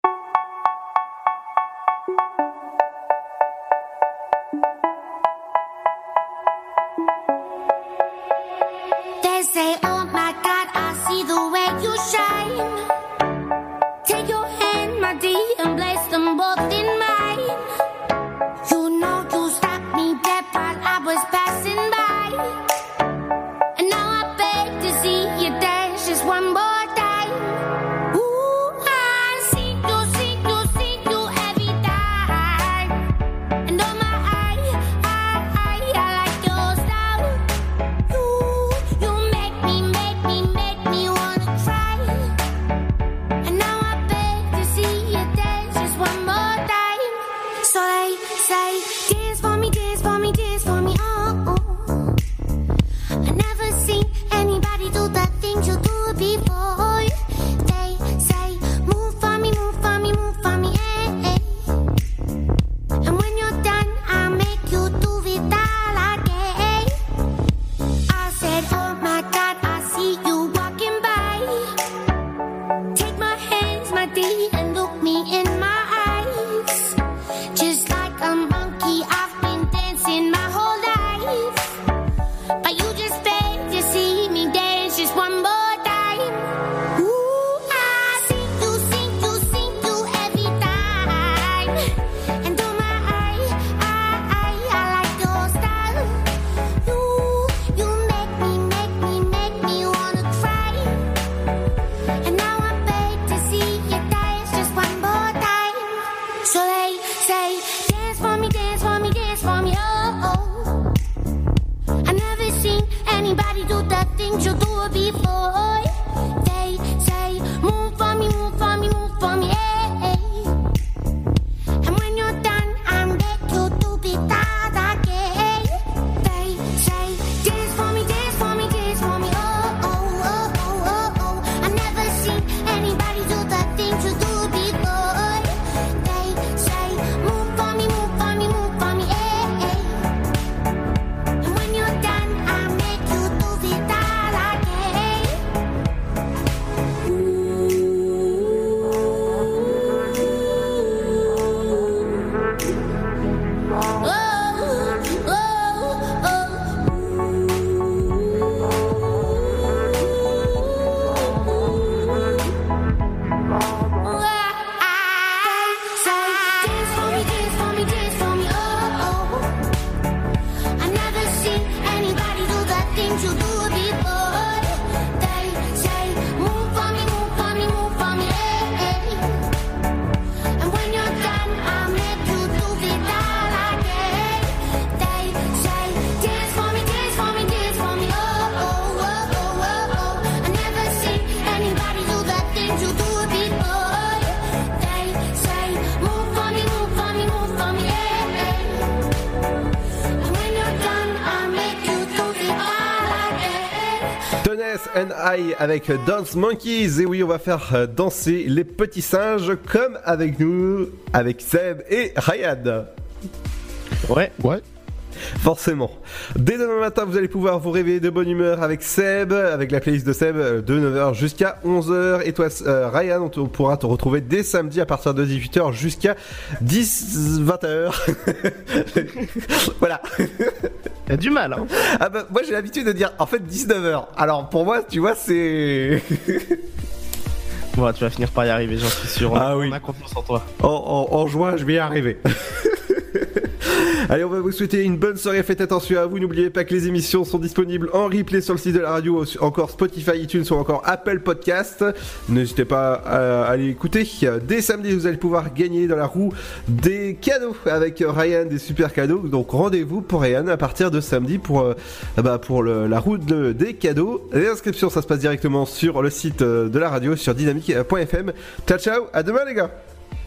They say, oh my God, I see the way you shine. Take your hand, my dear, and place them both in mine. You know you stopped me dead while I was passing by. And now I beg to see you dance just one more time. Ooh, I see you, see you, see you every time. And oh my, I like your style. You make me wanna cry. And now I beg to see you dance just one more time. So they say, dance for me, dance for me, dance for me, oh. I never seen anybody do the things you do before. They say, move for me, move for me, move for me, eh, eh. And when you're done, I'll make you do it all again. I said, oh my God, I see you walking by. Take my hands, my dear, and look me in my eyes. Just like a monkey, I've been dancing my whole life. But you just beg to see me dance just one more time. Ooh, I see you, see you, see you every time. And oh my, I like your style. You make me wanna cry. And now I beg to see you dance just one more time. So they say, dance for me, dance for me, dance for me, oh. I never seen anybody do the things you do before. They say, move for me, move for me, move for me, eh, eh. And when you're done, I'll make you do it all again. They say, dance for me, dance for me, dance for me, oh, oh, oh, oh, oh, oh. I never seen anybody do the things you do before. They say, move for me, move for me, move for me, eh, eh. And when you're done, I'll make you do it all again. Oh, oh, oh. Say, dance for me, dance for me, dance for me, oh, oh. I never seen anybody do the things you do before. They say, move for me, move for me, move for me, eh, eh. And when you're done, I'll make you do it all again. They say, dance for me, dance for me, dance for me, oh, oh, oh, oh, oh, oh. I never seen anybody do the things you do before. They say, move for me, move for me, move for me, eh, eh. And when you're done, I'll make you do it all again. Tones and I avec Dance Monkeys. Et oui, on va faire danser les petits singes comme avec nous, avec Seb et Ryan. Ouais. Forcément. Dès demain matin, vous allez pouvoir vous réveiller de bonne humeur avec Seb, avec la playlist de Seb de 9h jusqu'à 11h. Et toi, Ryan, on pourra te retrouver dès samedi à partir de 18h jusqu'à 20h. Voilà. T'as du mal, hein. Ah bah, moi j'ai l'habitude de dire en fait 19h. Alors pour moi, tu vois, c'est... Bon, tu vas finir par y arriver, j'en suis sûr. On a confiance en toi. En juin, je vais y arriver. Allez, on va vous souhaiter une bonne soirée, faites attention à vous, n'oubliez pas que les émissions sont disponibles en replay sur le site de la radio, encore Spotify, iTunes ou encore Apple Podcast. N'hésitez pas à aller écouter. Dès samedi, vous allez pouvoir gagner dans la roue des cadeaux avec Ryan, des super cadeaux. Donc rendez-vous pour Ryan à partir de samedi pour la roue des cadeaux. Les inscriptions, ça se passe directement sur le site de la radio, sur dynamique.fm. Ciao, ciao, à demain les gars.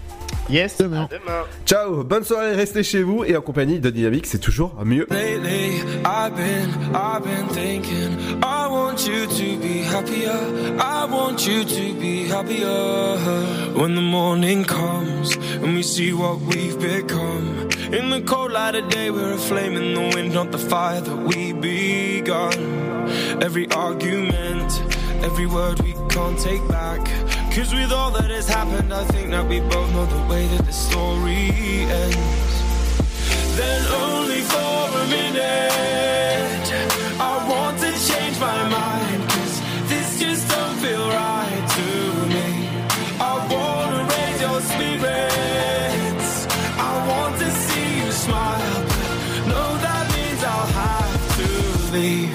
Yes. Demain. À demain. Ciao, bonne soirée, restez chez vous et en compagnie de Dynamique, c'est toujours mieux. Lately, I've been thinking, I want you to be happier. I want you to be happier. When the morning comes and we see what we've become. In the cold light of day, we're a flame in the wind, not the fire that we begun. Every argument, every word we can't take back. 'Cause with all that has happened, I think that we both know the way that the story ends. Then only for a minute, I want to change my mind. 'Cause this just don't feel right to me. I wanna raise your spirits, I want to see you smile. But no, that means I'll have to leave.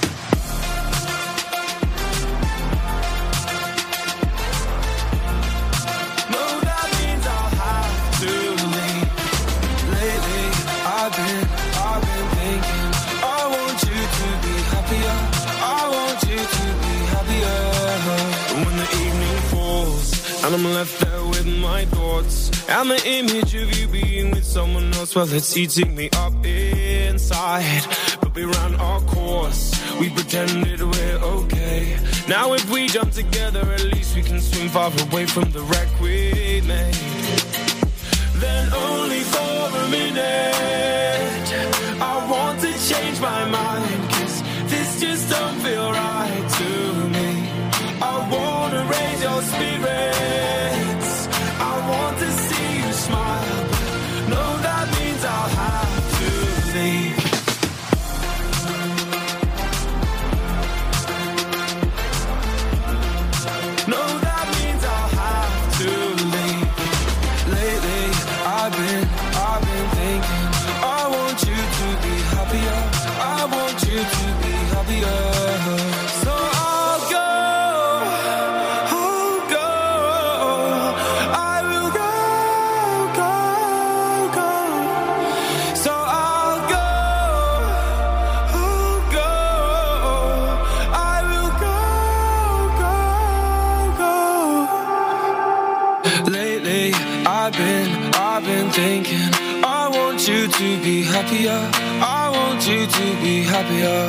I've been thinking, I want you to be happier. I want you to be happier. When the evening falls and I'm left there with my thoughts and the image of you being with someone else, well, it's eating me up inside. But we ran our course, we pretended we're okay. Now if we jump together, at least we can swim far away from the wreck we made. Then only for a minute, I want to change my mind. 'Cause this just don't feel right to me. I wanna raise your spirits, I want to see you smile. No, that means I'll have to leave. No, that means I'll have to leave. Lately, I've been thinking, I want you to be happier. I want you to be happier. So I'll go. I will go. So I'll go. I will go. Lately, I've been thinking, I want you to be happier. I want you to be happier.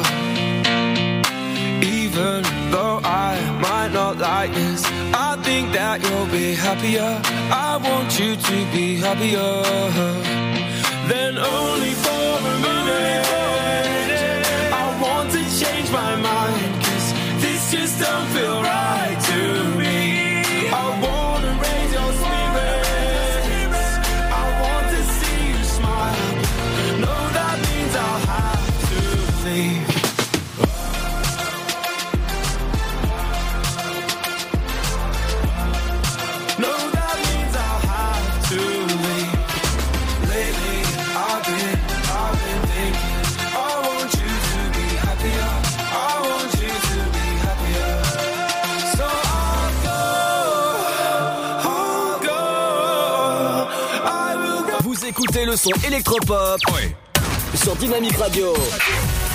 Even though I might not like this, I think that you'll be happier. I want you to be happier. Then only for a minute, I want to change my mind. 'Cause this just don't feel right to me. I wanna raise your spirits, I want to see you smile. No, that means I'll have to leave. No, that means I'll have to leave. Lately, I've been thinking, I want you to be happier. I want you to be happier. So I'll go. I will go. Vous écoutez le son électropop sur Dynamique Radio.